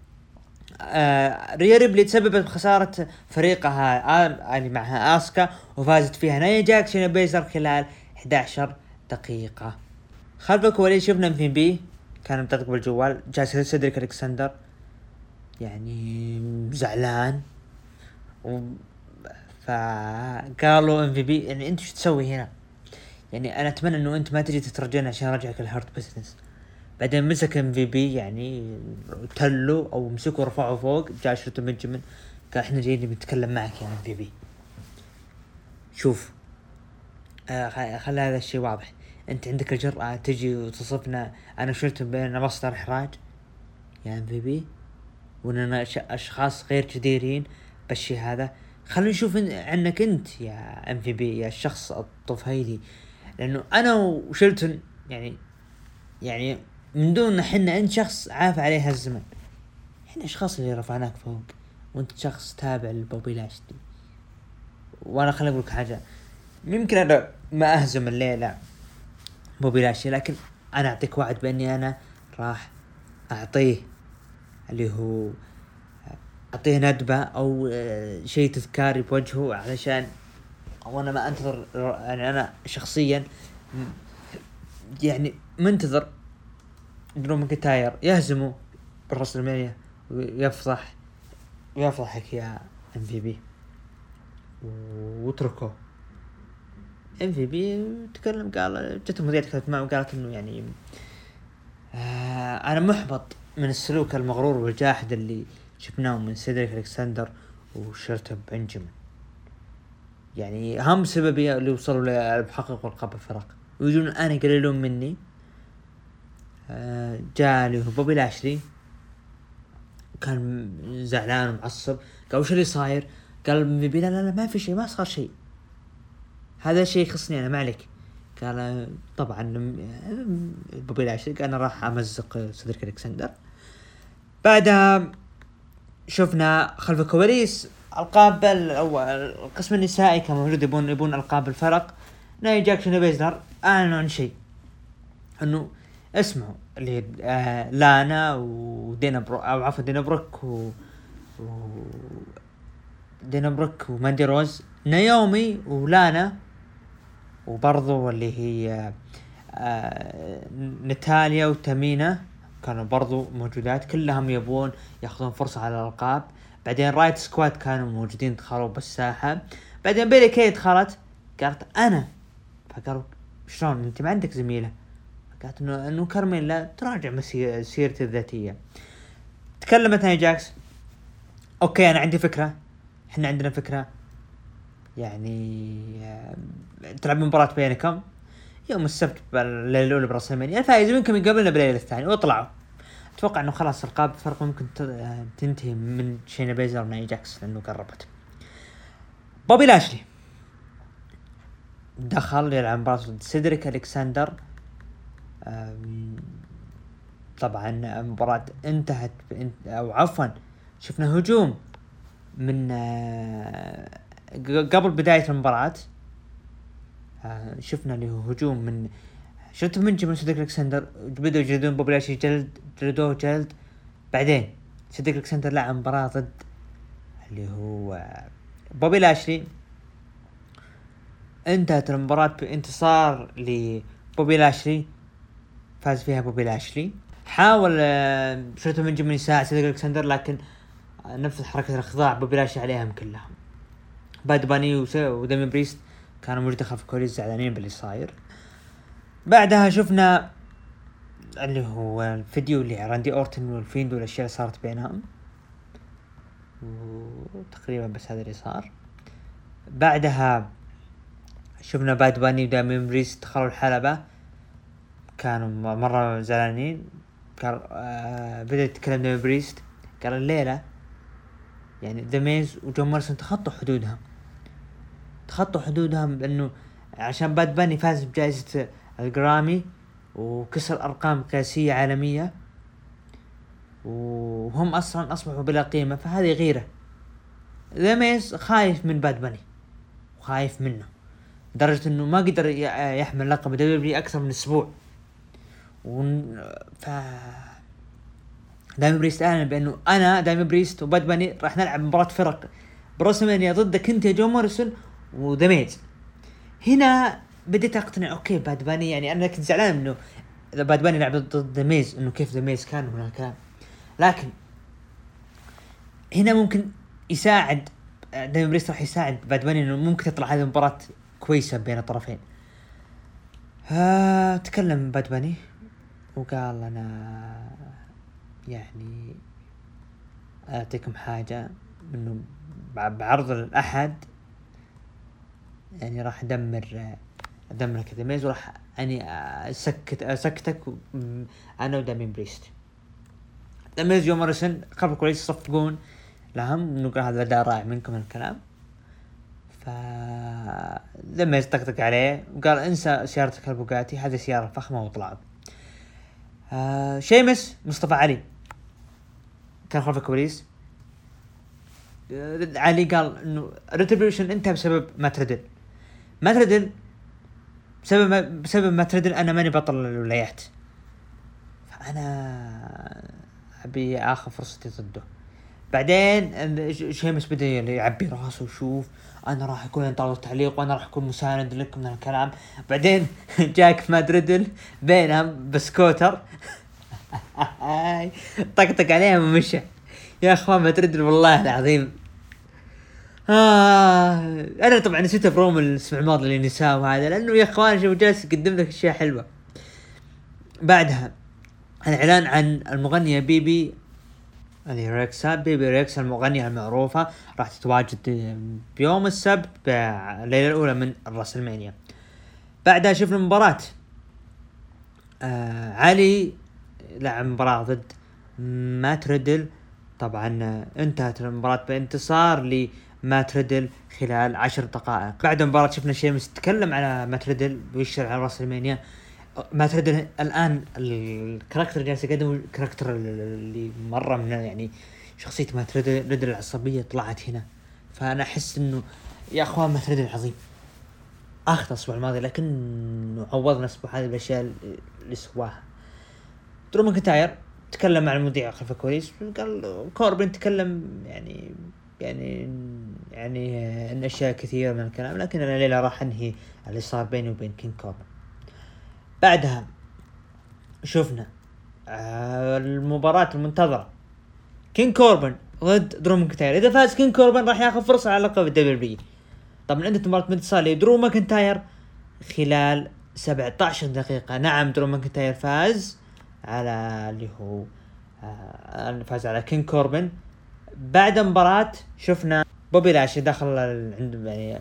آه ريا ريبلي تسببت بخسارة فريقها آه اللي معها اسكا وفازت فيها نايا جاكس شاينا بيزلر خلال إحدى عشرة دقيقة. خلف الكواليس شفنا ام في بي كان مطقطق بالجوال. جالس سيدريك الكسندر يعني زعلان فقالوا ام في بي يعني انت شو تسوي هنا؟ يعني انا اتمنى انه انت ما تجي تترجينا عشان ارجعك الهارت بزنس. بعدين مسك ام في بي يعني تلو او مسكوا رفعوا فوق، جاء شرطة بنجمن قال احنا جايين نتكلم معك يا ام في بي. شوف آه خلي هذا الشيء واضح، انت عندك الجرأة تجي وتصفنا انا وشرطة بيننا مصدر احراج يا ام في بي، واننا اشخاص غير جديرين بالشيء هذا. خلينا نشوف عنك انت يا ام في بي يا الشخص الطفيلي، لانه انا وشيلتون يعني يعني من دون حنا انت شخص عاف عليه هالزمن، احنا اشخاص اللي رفعناك فوق وانت شخص تابع لبوبي لاشلي. وانا خليني اقول لك حاجه، يمكن انا ما اهزم الليله بوبي لاشلي، لكن انا اعطيك وعد باني انا راح اعطيه اللي هو اعطيه ندبه او شيء تذكاري بوجهه، علشان وانا ما انتظر يعني انا شخصيا يعني منتظر درو ماكنتاير يهزمه بالرسلمانيا ويفضح ويفضحك يا ام في بي واتركه. ام في بي تكلم قال جت المذيعة تكلمت معه وقالت انه يعني آه انا محبط من السلوك المغرور والجاحد اللي شفناه من سيدريك الكسندر وشيلتون بنجامين، يعني هم سببي اللي وصلوا للمحقق والقاب الفرق ويجون انا يقللون مني. آه جاء له بوبي لاشلي كان زعلان ومعصب، قال وش اللي صاير؟ قال لا لا لا ما في شيء، ما صار شيء، هذا شيء يخصني انا ما عليك. قال طبعا بوبي لاشلي قال انا راح امزق سيدريك الكسندر. بعدها شفنا خلف الكواليس القاب او القسم النسائي كان موجود يبون يبون القاب الفرق. ناي جاكسون وبيزلر اعلنوا عن شيء انه اسمعوا اللي آه لانا ودينا برو او عفوا دينا بروك و, و دينا بروك وماندي روز، نايومي ولانا وبرضو اللي هي آه ناتاليا وتامينا كانوا برضو موجودات، كلهم يبون ياخذون فرصة على الألقاب. بعدين رايت سكواد كانوا موجودين دخلوا بالساحة. بعدين بيلي كي دخلت قالت أنا، فقالوا شلون أنت ما عندك زميلة؟ قالت إنه إنه كارميلا تراجع مسيرة سيرتي الذاتية. تكلمت ناي جاكس أوكي أنا عندي فكرة، إحنا عندنا فكرة يعني تلعب مباراة بينكم يوم السبت بالليلة الأولى برسلمانيا، الفائز منكم يقابلنا بالليلة الثانية وطلعوا. أتوقع إنه خلاص القاب فرق ممكن تنتهي من شينا بيزر وناي جاكس لأنه قربت. بوبي لاشلي دخل يلعب مباراة ضد سيدريك الكسندر. طبعا مباراة انتهت أو عفوا شفنا هجوم من قبل بداية المباراة، شفنا اللي هو هجوم من شفت من جمال سيدريك الكسندر بدأوا يجلدون بوبي لاشلي جلد جلدوه جلد. بعدين سيدريك الكسندر لعب مباراة ضد اللي هو بوبي لاشلي، انتهت المباراة بانتصار لبوبي لاشلي، فاز فيها بوبي لاشلي. حاول شفت من جمال يساعد سيدريك الكسندر لكن نفذ حركة الخضاع بوبي لاشلي عليهم كلهم. باد باني ودامين بريست كانوا موجودين خلف الكواليس زعلانين باللي صاير. بعدها شفنا اللي هو الفيديو اللي راندي اورتن والفيند والاشياء اللي صارت بينهم، وتقريبا بس هذا اللي صار. بعدها شفنا باد باني ودامين بريست دخلوا الحلبة كانوا مرة زعلانين. قال آه بدأ يتكلم دامين بريست قال الليلة يعني دميز وجون مارسون تخطوا حدودهم تخطوا حدودهم لأنه عشان باد باني فاز بجائزة الجرامي وكسر أرقام قياسية عالمية وهم أصلا أصبحوا بلا قيمة، فهذه غيرة. دميز خايف من باد باني وخايف منه لدرجة أنه ما قدر يحمل لقب دبليو أكثر من أسبوع. ف دايمي بريست أعلن بأنه أنا دايمي بريست وباد باني راح نلعب مباراة فرق برسلمانيا ضدك أنت يا جون موريسون ودميز. هنا بديت أقتنع أوكي باد باني، يعني أنا كنت زعلان إنه إذا باد باني لعب ضد دميز إنه كيف دميز كان هنا الكلام، لكن هنا ممكن يساعد دامين بريست راح يساعد باد باني انه ممكن تطلع هذه المباراة كويسة بين الطرفين. ها تكلم باد باني وقال انا يعني اعطيكم حاجة انه بعرض الاحد يعني راح ادمر ادمر الأكاديميز وراح يعني اسكت اسكتك انا ودامين بريست. داميز يوم مرسن خلف كويس يصفقون لهم انه قال هذا دا رائع منكم الكلام. ف لما يطقطق عليه وقال انسى سيارتك البوغاتي هذه سيارة فخمة وطلعوا. آه شيمس مصطفى علي كان خلف الكواليس. آه علي قال انه ريتريبيوشن انتهى بسبب ما تردل ما تردل بسبب ما بسبب ما تردل انا ماني بطل الولايات فانا ابي اخذ فرصتي ضده. بعدين شيمس بدا يعبي راسه وشوف انا راح اكون انطلق تعليق وانا راح اكون مساند لكم من الكلام. بعدين جاك مادريدل بينهم بسكوتر طقطق عليهم ومشى. يا اخوان مادريدل والله العظيم آه انا طبعا نسيت بروم الاسبوع الماضي اللي نساه وهذا لانه يا اخوان شوف جالس يقدم لك اشياء حلوه. بعدها الاعلان عن المغنيه بيبي اللي ريكسا بيبي ريكسا المغنية المعروفة راح تتواجد بيوم السبت بالليلة الأولى من الرسلمانيا. بعدها شفنا مباراة آه علي لعب مباراة ضد مات ريدل. طبعا انتهت المباراة بانتصار لمات ريدل خلال عشر دقائق. بعد المباراة شفنا شيمس تكلم على مات ريدل ويشتغل على الرسلمانيا. مات ريدل الآن الكاركتر جالس يقدم كاركتر اللي مرة من يعني شخصية مات ريدل العصبية طلعت هنا. فأنا أحس إنه يا أخوان مات ريدل عظيم أخذ الأسبوع الماضي لكن عوضنا الأسبوع هذه بالأشياء اللي سواها. درو ماكنتاير تكلم مع المذيع خلف الكواليس قال كوربن تكلم يعني يعني يعني إن أشياء كثيرة من الكلام لكن أنا الليلة راح أنهي اللي صار بيني وبين كين كوربن. بعدها شفنا آه المباراة المنتظرة كين كوربن ضد درو ماكنتاير. إذا فاز كين كوربن راح يأخذ فرصة على لقب الدبليو بي. طبعا عندك مباراة انتصار لدرو ماكنتاير خلال سبعة عشر دقيقة. نعم درو ماكنتاير فاز على اللي هو آه فاز على كين كوربن. بعد مباراة شفنا بوبي لاشي دخل عند يعني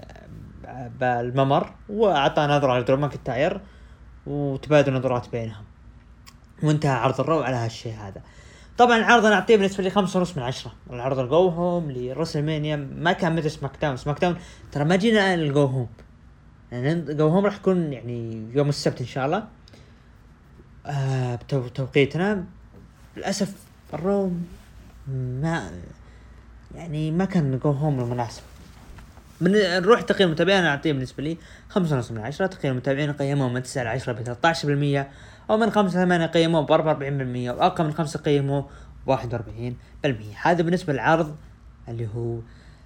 بالممر وأعطى نظرة لدرو ماكنتاير وتبادل نظرات بينهم وانتهى عرض الرو على هالشيء هذا. طبعا العرض انا اعطيه بالنسبه لي خمسة ونص من عشرة. العرض الجو هوم لرسلمانيا ما كان مثل سماك داون. سماك داون ترى ما جينا الجو هوم يعني الجو هوم راح يكون يعني يوم السبت ان شاء الله آه بتوقيتنا. للاسف الرو ما يعني ما كان جو هوم المناسب. من نروح تقييم المتابعين انا اعطيه بالنسبه لي خمسة ونص من عشرة. تقييم المتابعين قيموه من تسعة لعشرة بثلاثة عشر بالمية او من خمسة ثمانية قيموه بأربعة وأربعين بالمية واقل من خمسة قيموه بواحد وأربعين بالمية. هذا بالنسبه للعرض اللي هو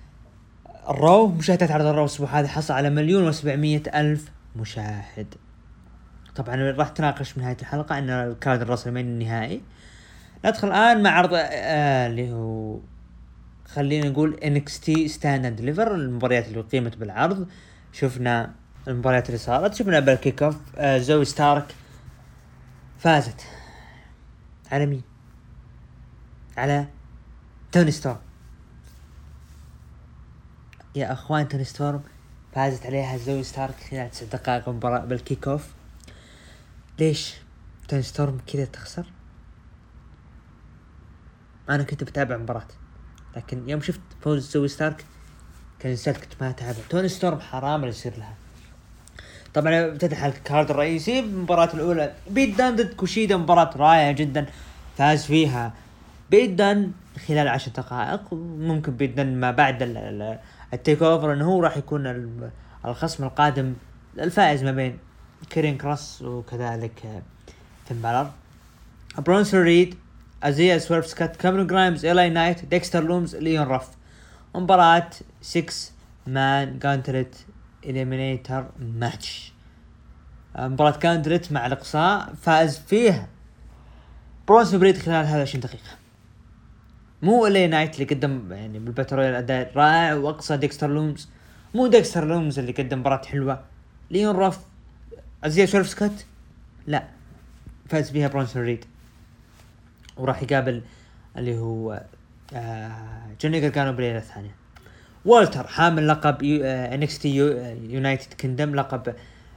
الرو. مشاهدات عرض الرو الاسبوع هذا حصل على مليون وسبعمية الف مشاهد. طبعا راح تناقش من نهايه الحلقه ان الكارد الرسلماني النهائي. ندخل الان مع عرض آه اللي هو خلينا نقول إن إكس تي Stand and Deliver المباريات اللي قيمت بالعرض. شفنا المباريات اللي صارت. شفنا بالكيك اوف آه زوي ستارك فازت على مين؟ على توني ستورم. يا اخوان توني ستورم فازت عليها زوي ستارك خلال تسع دقائق مباراة بالكيك اوف. ليش توني ستورم كذا تخسر؟ انا كنت بتابع مباراة لكن يوم شفت فوز زوي ستارك كان نسيت كنت ما اتابع. توني ستورم حرام اللي يصير لها. طبعا افتتح الكارد الرئيسي بالمباراة الاولى بيت دان ضد كوشيدا. مباراة رائعة جدا فاز فيها بيت دان خلال عشر دقائق. ممكن بيت دان ما بعد التيك اوفر انه هو راح يكون الخصم القادم الفائز ما بين كيرين كروس وكذلك فين بالر. برونسون ريد ازيا سويرف سكات كاميرون جرايمز إيلاي نايت ديكستر لومز ليون رف. مباراة ستة مان جانتلت إليمينيتر ماتش. مباراة جانتلت مع الإقصاء فاز فيها برونسون ريد خلال هذا عشرين دقيقة. مو الي نايت اللي قدم يعني بالباتل رويال اداء رائع، واقصى ديكستر لومز، مو ديكستر لومز اللي قدم مباراة حلوة. ليون روف ازيا سولف سكوت لا، فاز بيها برونسون ريد، وراح يقابل اللي هو آه جوني غارغانو بالليلة الثانية. والتر حامل لقب ان اكس تي يونايتد كيندم، لقب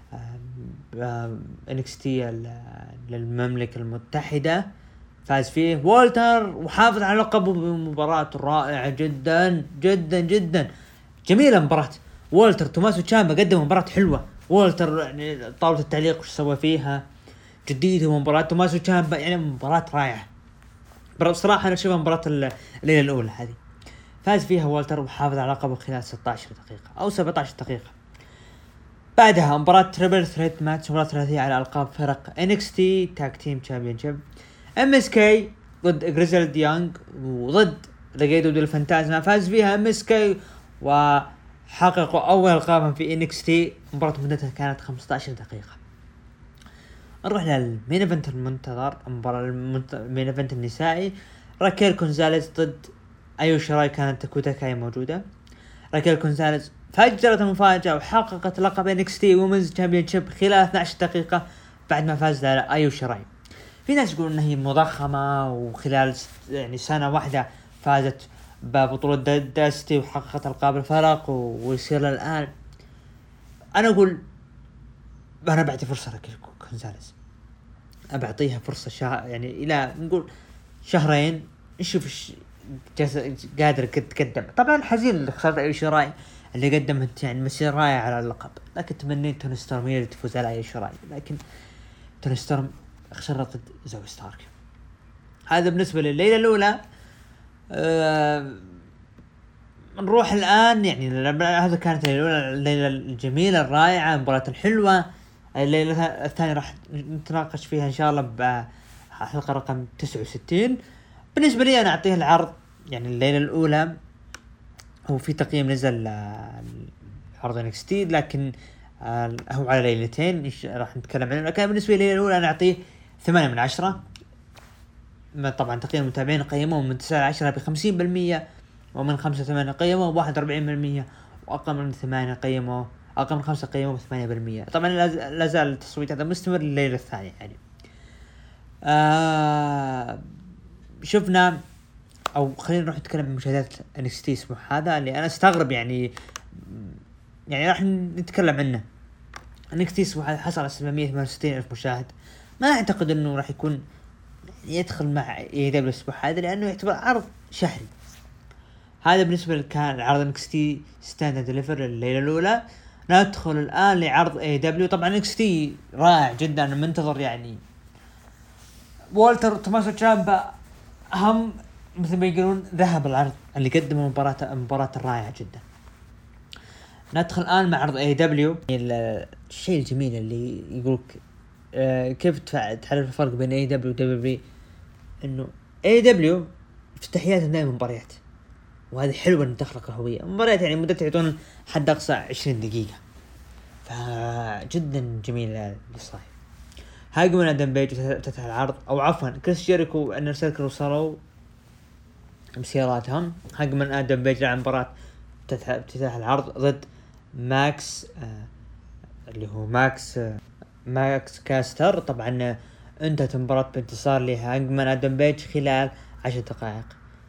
ان اكس تي للمملكة المتحدة، فاز فيه والتر وحافظ على لقبه بمباراة رائعة جدا جدا جدا جميلة. مباراة والتر توماسو تشامبا قدم مباراة حلوة. والتر يعني طاولة التعليق وش سوى فيها جديدة، مباراة توماسو تشامبا يعني مباراة رائعة بصراحة. أنا أشوفها مباراة الليلة الأولى هذه، فاز فيها والتر وحافظ على لقبه خلال ستة عشر دقيقة أو سبعة عشر دقيقة. بعدها مباراة تريبل ثريت ماتش، مباراة ثلاثية على ألقاب فرق إن إكس تي تاك تيم تشامبيونشيب، ام اس كي ضد غريزلد يانغ وضد لقيدو دول فانتازما. فاز فيها ام اس كي وحققوا أول لقبهم في إن إكس تي. مباراة مدتها كانت خمسة عشر دقيقة. نروح للمين ايفنت المنتظر، مباراة المين ايفنت النسائي، راكيل كونزاليز ضد ايو شراي. كانت تاكوتا كاي موجودة. راكيل كونزاليز فجرت المفاجأة وحققت لقب إن إكس تي وومنز تشامبيونشيب خلال اثنتي عشرة دقيقة بعد ما فازت على ايو شراي. في ناس يقولون انها هي مضخمة وخلال يعني سنة واحدة فازت ببطولة داستي وحققت القاب الفرق ويصير الآن. انا اقول انا بعطي فرصة راكيل كونزاليز، أبعطيها فرصة شهر يعني إلى نقول شهرين نشوف إيش قادر تقدم. طبعا حزين اللي خسرت أي شراي اللي قدمت يعني مسيرة رائعة على اللقب، لكن تمنيت توني ستورم هي اللي تفوز على أي شراي، لكن توني ستورم خسرت ضد زوي ستارك. هذا بالنسبة لليلة الأولى. أه نروح الآن يعني هذا كانت الليلة الأولى، الليلة الجميلة الرائعة، مباراة الحلوة. الليلة الثانية راح نتناقش فيها إن شاء الله بحلقة رقم تسعة وستين. بالنسبة لي أنا أعطيه العرض يعني الليلة الأولى هو في تقييم نزل عرض إن إكس تي، لكن هو على ليلتين راح نتكلم عنه. لكن بالنسبة لي الليلة الأولى أنا أعطيه ثمانية من عشرة. طبعا تقييم المتابعين قيموه من تسعة عشرة بخمسين بالمية، ومن خمسة ثمانية قيموه واحد وأربعين بالمية، وأقل من ثمانية قيموه أقل من خمسة قيموه بثمانية بالمية. طبعا لا زال التصويت هذا مستمر لليلة الثانية يعني. آه شفنا أو خلينا نروح نتكلم عن مشاهدات إن إكس تي اسمه هذا اللي أنا استغرب يعني يعني راح نتكلم عنه. إن إكس تي اسمه حصل على سبعمية وثمانية وستين ألف مشاهد. ما أعتقد إنه راح يكون يدخل مع إيه دبليو اسمه هذا لأنه يعتبر عرض شهري. هذا بالنسبة لكان عرض إن إكس تي ستاند ديليفر الليلة الأولى. ندخل الآن لعرض إيه دبليو. طبعا إن إكس تي رائع جدا، أنا منتظر يعني والتر توماسو تشامبا هم مثل ما يقولون ذهب العرض اللي قدموا مباراة مباراة رائعة جدا. ندخل الآن مع عرض إيه دبليو. الشيء الجميل اللي يقولك آه كيف تعرف الفرق بين إيه دبليو و دبليو بي، إنه إيه دبليو افتتاحيات دائما مباريات، وهذا حلو ان تخلق هوية مباريات يعني مدتها يعطون حد اقصى عشرين دقيقة، فجدا جميل اللي صاير. هاجم من ادم بيج افتتح العرض، او عفوا كريس جيريكو وانر سيركل وصلوا بسياراتهم. هاجم من ادم بيج لعب مباراة افتتاح العرض ضد ماكس آه اللي هو ماكس آه ماكس كاستر. طبعا انتهت المباراة بانتصار لهاجم من ادم بيج خلال عشر دقائق.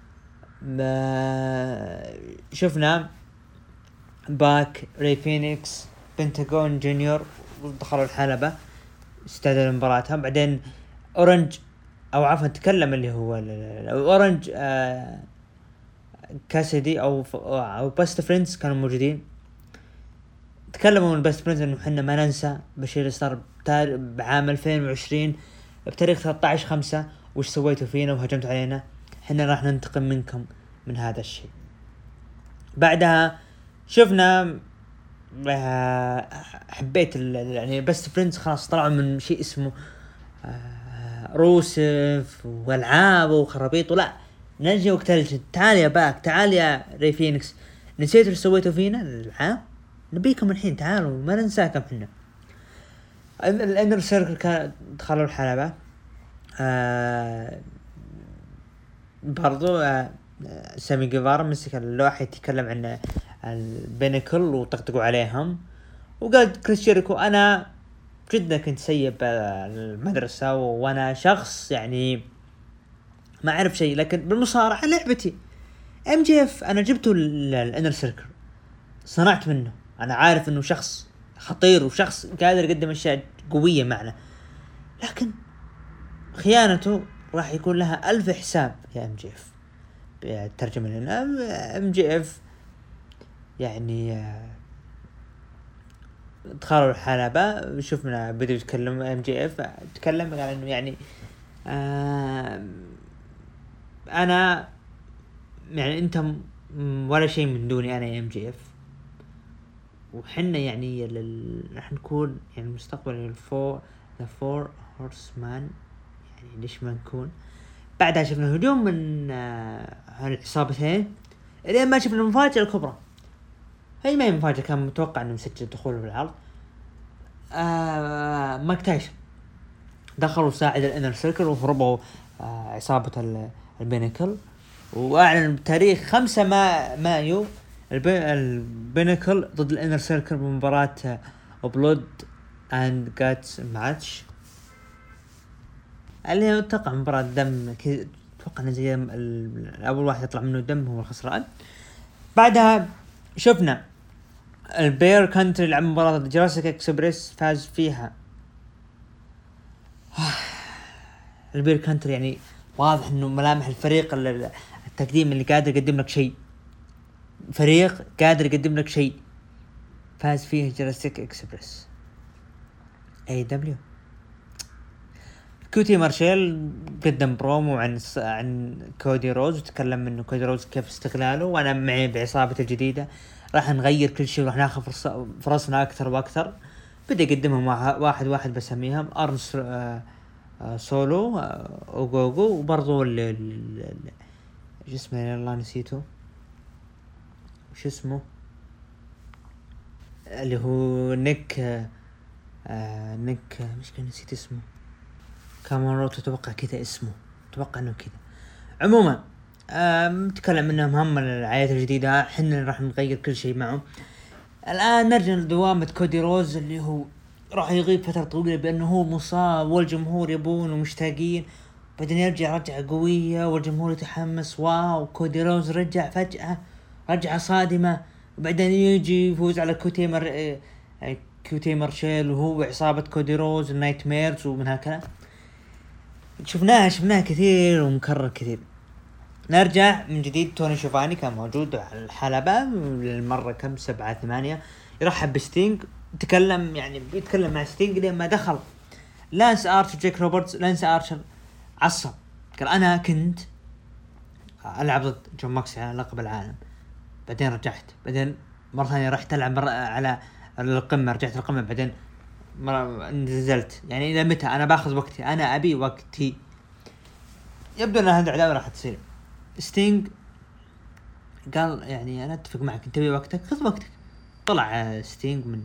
ما شفنا باك ري فينيكس بنتاغون جونيور دخلوا الحلبة استعدوا لمباراتهم. بعدين اورنج او عفوا تكلم اللي هو اورنج آه كاسيدي او او باست فريندز كانوا موجودين. تكلموا من باست فريندز انه احنا ما ننسى بشير صار بعام ألفين وعشرين بتاريخ ثلاثة عشر خمسة وش سويتوا فينا وهجمتوا علينا، احنا راح ننتقم منكم من هذا الشيء. بعدها شفنا حبيت يعني بس فريندز خلاص طلعوا من شيء اسمه روسف والعاب وخرابيط، ولا نجي وقت الجد. تعال يا باك، تعال يا ري فينيكس، نسيت اللي سويتوا فينا العاب، نبيكم الحين تعالوا ما ننساكم احنا. الانر سيركل كان دخلوا الحلبة آه برضو آه سامي جيفارا مسك اللوحة يتكلم عن البينكل وطقطقوا عليهم، وقال كريس جيريكو أنا جدا كنت سيء بالمدرسة وأنا شخص يعني ما أعرف شيء، لكن بالمصارعة لعبتي. ام جي اف أنا جبته الانر سيركل، صنعت منه، أنا عارف إنه شخص خطير وشخص قادر يقدم أشياء قوية معنا، لكن خيانته راح يكون لها ألف حساب يا ام جي اف. ترجمة لنا ام جي اف يعني دخلوا الحلبة، شفنا بدأوا يتكلم ام جي اف تكلم قال انه يعني آه انا يعني انت ولا شيء من دوني انا يا ام جي اف، وحنا يعني راح نكون يعني مستقبل الفور ذا فور هورس مان، يعني ليش ما نكون. بعدها شفنا هجوم من هالعصابتين الين ما شفنا المفاجأة الكبرى. هي ما هي مفاجأة، كان متوقع انه مسجل دخوله في العرض. آه مايك تايسون دخلوا ساعد الانر سيركل وهربوا آه عصابة البينكل، واعلن بتاريخ خمسة ما مايو البينكل ضد الانر سيركل بمباراة بلود اند جاتس ماتش، اللي هي اتوقع مباراة دم، اتوقع ان زي اول واحد يطلع منه دم هو الخسران. بعدها شفنا البير كانتري لعب مباراة ضد جراسيك اكسبريس فاز فيها. البير كانتري يعني واضح انه ملامح الفريق التقديم اللي قادر يقدم لك شيء، فريق قادر يقدم لك شيء، فاز فيه جراسيك اكسبريس. اي دبليو كوتي مارشيل قدم برومو عن عن كودي روز وتكلم انه كودي روز كيف استغلاله، وانا معي بعصابة الجديدة راح نغير كل شيء وراح ناخذ فرصنا اكثر واكثر. بدا يقدمهم واحد واحد بسميهم ارنس آه آه سولو آه اوغوغو، وبرضو ال ايش اسمه يلا نسيته وش اسمه اللي هو نيك آه آه نيك مش كان نسيت اسمه، كاميرو تتوقع كذا اسمه، اتوقع انه كذا. عموما نتكلم انهم هم العائلات الجديدة، حنا راح نغير كل شيء معه. الان نرجع لدوامة كودي روز اللي هو راح يغيب فترة طويلة بانه هو مصاب والجمهور يبون ومشتاقين، بعدين يرجع رجعة قوية والجمهور يتحمس، واو كودي روز رجع فجأة رجعة صادمة، وبعدين يجي يفوز على كوتي مر كوتي مارشيل وهو عصابة كودي روز النايت ميرز، ومن هكذا شفناها شفناها كثير ومكرر كثير. نرجع من جديد، توني شوفاني كان موجود على الحلبة للمرة كم سبعة ثمانية، يرحب بستينج، تكلم يعني بيتكلم مع ستينج لما دخل لانس آرشر جيك روبرتس. لانس آرشر عصب قال أنا كنت ألعب ضد جون ماكس على لقب العالم، بعدين رجعت، بعدين مرة ثانية رحت ألعب على القمة، رجعت القمة، بعدين مرة نزلت، يعني إلى متى أنا باخذ وقتي، أنا أبي وقتي. يبدو أن هذه العداوة راح تصير. ستينج قال يعني أنا أتفق معك، أنت تبي وقتك خذ وقتك. طلع ستينج من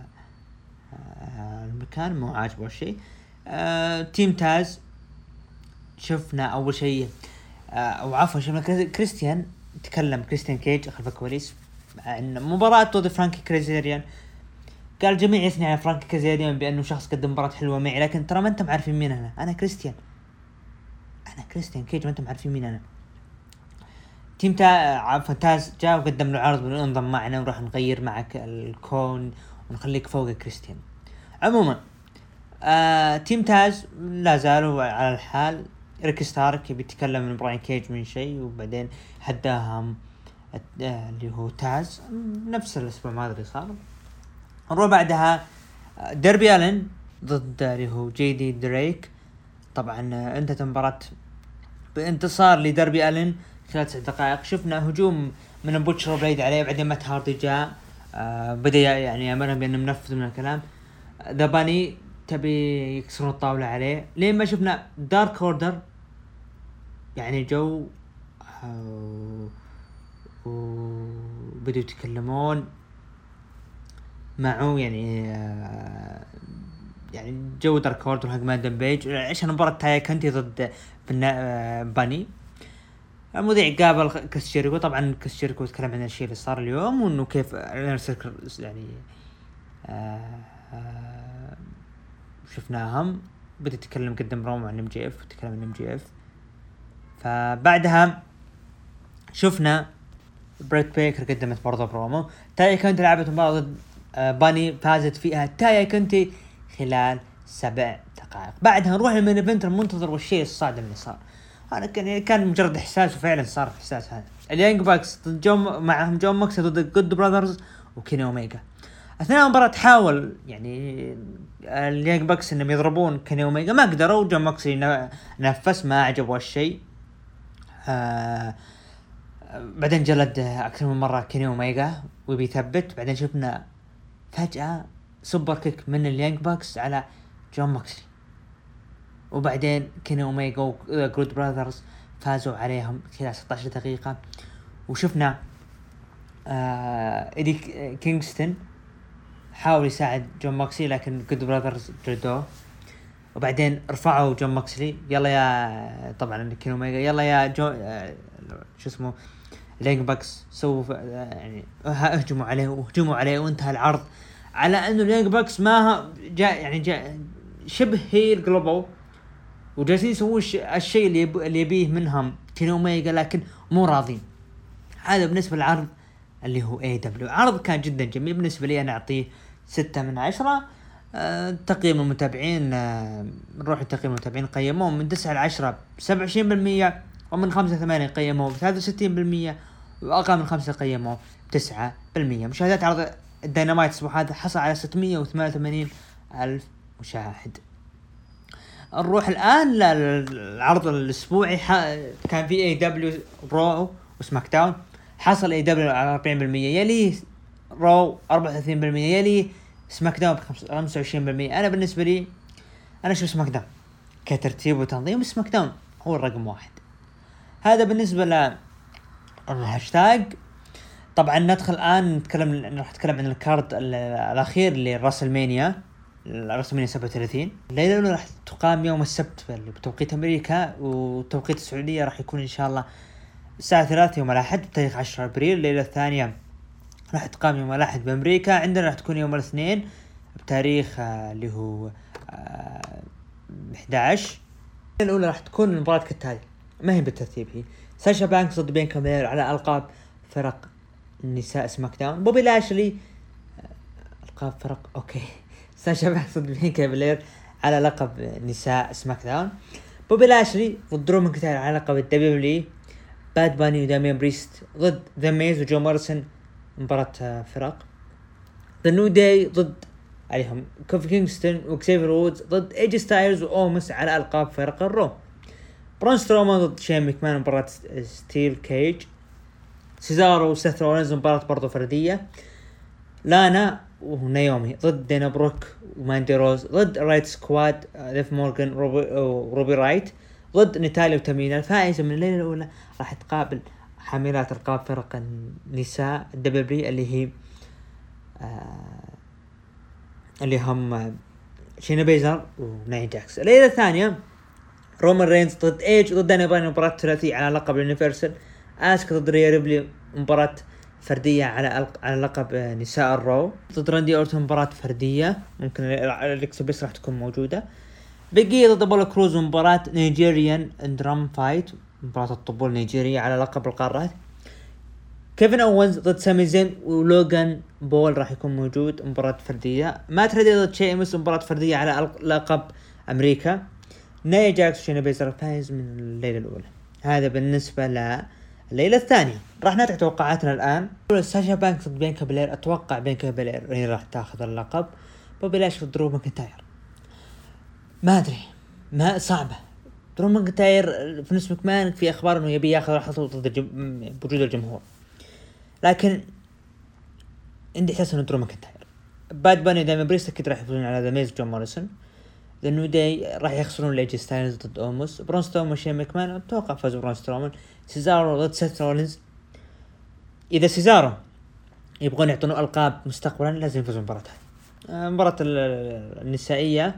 المكان مو عاجبه الشيء. تيم تاز شفنا أول شيء أو عفوا شفنا كريستيان تكلم، كريستيان كيج خلف الكواليس عن مباراة ضد فرانكي كازاريان. قال الجميع يثني على فرانكي كازاريان بأنه شخص قدم مباراة حلوة معي، لكن ترى ما أنتم عارفين مين أنا، أنا كريستيان أنا كريستيان كيج، ما أنتم عارفين مين أنا. تيم تا عفوا تاز جاء وقدم له عرض بأنه انضم معنا وراح نغير معك الكون ونخليك فوق كريستيان. عموما آه تيم تاز لا زالوا على الحال. ريك ستارك يبي يتكلم من براين كيج من شيء، وبعدين حداهم اللي هو تاز نفس الاسبوع الماضي اللي صار. نروح بعدها ديربي ألين ضد اللي هو جي دي دريك. طبعا انتهت المباراة بانتصار لديربي ألين خلال تسع دقائق. شفنا هجوم من بوتشر بليد عليه، بعدين مات هاردي جاء آه بدأ يعني يأمرهم بأنه منفذ من الكلام. ذا باني تبي يكسرون الطاولة عليه، لين ما شفنا دارك اوردر يعني جو آه وبدأوا يتكلمون معه، يعني آه يعني جو دارك اوردر حق مادن بيج عشان مباراة تايا كنتي ضد باني. المذيع قابل كريس جيريكو، طبعا كريس جيريكو تكلم عن الشيء اللي صار اليوم وانه كيف الانر سيركل يعني آه آه شفناهم. بدأ يتكلم قدام روما عن ام جي اف وتكلم عن ام جي اف. فبعدها شفنا بريت بيكر قدمت برضه برومو. تايا كنتي لعبت مباراة ضد آه باني، فازت فيها تايا كنتي خلال سبع دقائق. بعدها نروح للمين ايفنت المنتظر والشيء الصادم اللي صار. انا كان كان مجرد احساس، وفعلا صار احساس. هذا اليانج باكس ضد جون، معهم جون ماكس ضد جود براذرز وكيني اوميجا. اثناء المباراة تحاول يعني اليانج باكس انهم يضربون كيني اوميجا، ما قدروا. جون ماكس نفس، ما عجبه الشيء. آه بعدين جلد اكثر من مرة كيني اوميجا وبيثبت. بعدين شفنا فجأة سوبر كيك من اليانج باكس على جون ماكسلي، وبعدين كيني اوميجا وجود براذرز فازوا عليهم خلال ستة عشر دقيقة. وشفنا آه ايدي كينغستون حاول يساعد جون ماكسلي لكن جود براذرز جلدوه. وبعدين رفعوا جون ماكسلي، يلا يا طبعا كيني اوميجا، يلا يا جو آه شو اسمه اليانج باكس سووا يعني اهجموا عليه وهجموا عليه، وانتهى العرض على انه اليانج باكس ما جاء يعني جاء شبه هي الجلوبال، وجالسين يسوون الشيء اللي يب... اللي يبيه منهم كيني اوميجا، لكن مو راضين. هذا بالنسبه للعرض اللي هو اي دبليو. عرض كان جدا جميل بالنسبه لي، انا اعطيه ستة من عشرة. أه تقييم المتابعين، أه نروح لتقييم المتابعين، قيموه من تسعة لعشرة بسبعة وعشرين بالمية، ومن خمسة ثمانية قيموه بثلاثة وستين بالمية، واقل من خمسة قيموه بتسعة بالمية. مشاهدات عرض الدينامايت الاسبوع هذا حصل على ستمية وثمانية وثمانين الف مشاهد. نروح الآن للعرض الأسبوعي. كان في اي دبليو رو وسماك داون. حصل اي دبليو على أربعين بالمية، يلي رو أربعة وثلاثين بالمية، يلي سماك داون خمسة وعشرين بالمية. أنا بالنسبة لي أنا شو سماك داون كترتيب وتنظيم، سماك داون هو الرقم واحد. هذا بالنسبة للهاشتاج. طبعا ندخل الآن نتكلم، راح نتكلم عن الكارد الأخير لراسلمانيا، راسلمانيا سبعة وثلاثين. الليلة الأولى راح تقام يوم السبت بتوقيت أمريكا، وتوقيت السعودية راح يكون إن شاء الله الساعة ثلاثة يوم الأحد بتاريخ عشرة أبريل. الليلة الثانية راح تقام يوم الأحد بأمريكا، عندنا راح تكون يوم الاثنين بتاريخ آه اللي هو آه أحد عشر. الليلة الأولى راح تكون المباراة كالتالي، ما هي بالترتيب، هي ساشا بانكس ضد بيانكا بيلير على ألقاب فرق النساء سماك داون. بوبي لاشلي آه ألقاب فرق أوكي ساشا بانكس ضد بيانكا بيلير على لقب نساء سماك داون. بوبي لاشلي ضد درو ماكنتاير على لقب الدبليو دبليو. باد باني وداميان بريست ضد ذا ميز وجو مارسون مباراة فرق. ذا نو داي ضد عليهم كوفي كينغستون وكسيفر وودز ضد ايجي ستايلز واومس على القاب فرق الرو. برون سترومان ضد شين ميكمان مباراة ستيل كيج. سيزارو وسيث رولينز مباراة برضو فردية. لانا ونايومي ضد دينا بروك وماندي روز ضد رايت سكواد، ليف مورغان وروبي رايت ضد نيتاليا وتامينا. الفائزة من الليلة الأولى راح تقابل حاملات ألقاب فرق النساء الدبليو اللي هي آه اللي هم شينا بيزر وناي جاكس. الليلة الثانية رومان رينز ضد ايج ضد داني براين مباراة ثلاثية على لقب اليونيفرسال. اسكا ضد ريا ريبلي مباراة فردية على على لقب نساء الرو. ضد راندي اورتون مباراة فردية، ممكن الاكسبريس راح تكون موجودة. بيجي ضد بولو كروز مباراة نيجيريان درام فايت مباراة الطبول نيجيريا على لقب القارات. كيفن اوونز ضد سامي زين ولوغان بول راح يكون موجود مباراة فردية. مات هاردي ضد شيمس مباراة فردية على لقب امريكا. نايا جاكس وشينا بيزر فايز من الليلة الاولى. هذا بالنسبة لليلة الثانية. راح نتابع توقعاتنا الان. ساشا بانكس ضد بيانكا بيلير، اتوقع بيانكا بيلير هي راح تاخذ اللقب. بوبي لاش ضد درو ماكنتاير، ما ادري، ما صعبة. درو ماكنتاير في نص مكمان في اخبار انه يبي ياخذ راحته ضد الجم... بوجود الجمهور، لكن عندي احساس انه درو ماكنتاير. باد باني دايما بريست اكيد راح يفوزون على ذا ميز جون موريسون. ذا نو داي راح يخسرون ليجي ستايلز ضد اوموس. برون سترومان وشين ماكمان اتوقع فاز برون سترومان. سيزارو ضد سيث رولينز. اذا سيزارو يبغون يعطونه القاب مستقبلا لازم يفوزون مباراتها. مباراة النسائية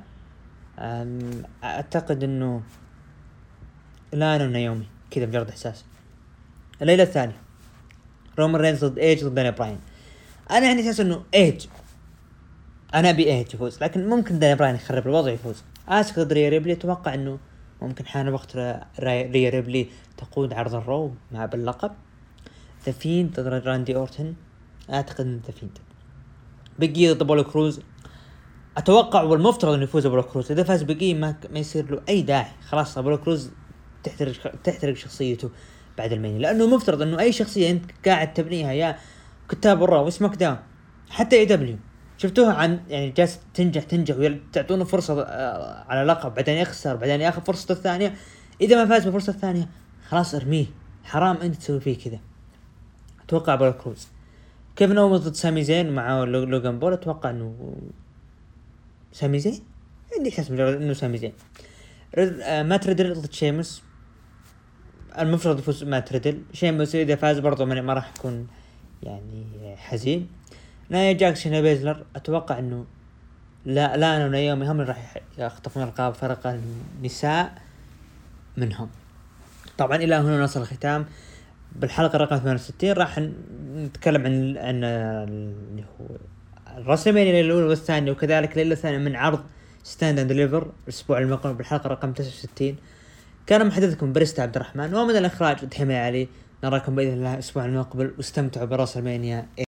اعتقد انه لانا ونايومي كذا، مجرد احساس. الليله الثانيه رومان رينز ضد ايج ضد داني براين. انا عندي احساس انه ايج، انا ابي ايج يفوز، لكن ممكن داني براين يخرب الوضع يفوز. اسك ضد ريا ريبلي، اتوقع انه ممكن حان وقت ريا ريبلي تقود عرض الرو مع باللقب. ذا فيند ضد راندي اورتن، اعتقد ان ذا فيند. بيجي ضد بولو كروز، اتوقع والمفترض انه يفوز بولو كروز. اذا فاز بيجي ما ما يصير له اي داعي، خلاص بولو كروز تحترق تحترق شخصيته بعد الماني، لانه مفترض انه اي شخصيه انت قاعد تبنيها يا كتاب الرو واسمك داون حتى اي دبليو شفتوها عن يعني جالس تنجح تنجح وتعطونه فرصه على لقب، بعدين يخسر، بعدين ياخذ فرصته الثانيه، اذا ما فاز بالفرصه الثانيه خلاص ارميه، حرام انت تسوي فيه كذا. اتوقع بولو كروز. كيفن اومز ضد سامي زين مع لوغان بول، اتوقع انه سامي زين، عندي احساس انه سامي زين. مات ريدل ضد شيمس، المفروض يفوز مات ريدل. شيمس اذا فاز برضه ما راح يكون يعني حزين. نايا جاكس شينا بيزلر، اتوقع انه لا لا انا ونايومي هم راح يخطفون القاب فرق النساء منهم. طبعا الى هنا نصل الختام بالحلقه رقم ثمانية وستين. راح نتكلم عن عن اللي هو الرسمين الاولى والثانيه، وكذلك الليله الثانيه من عرض ستاند اند ديليفر الاسبوع المقبل بالحلقه رقم تسعة وستين. كان محدثكم بريست عبد الرحمن، ومن الاخراج دحيم علي. نراكم باذن الله الاسبوع المقبل، واستمتعوا براسلمانيا.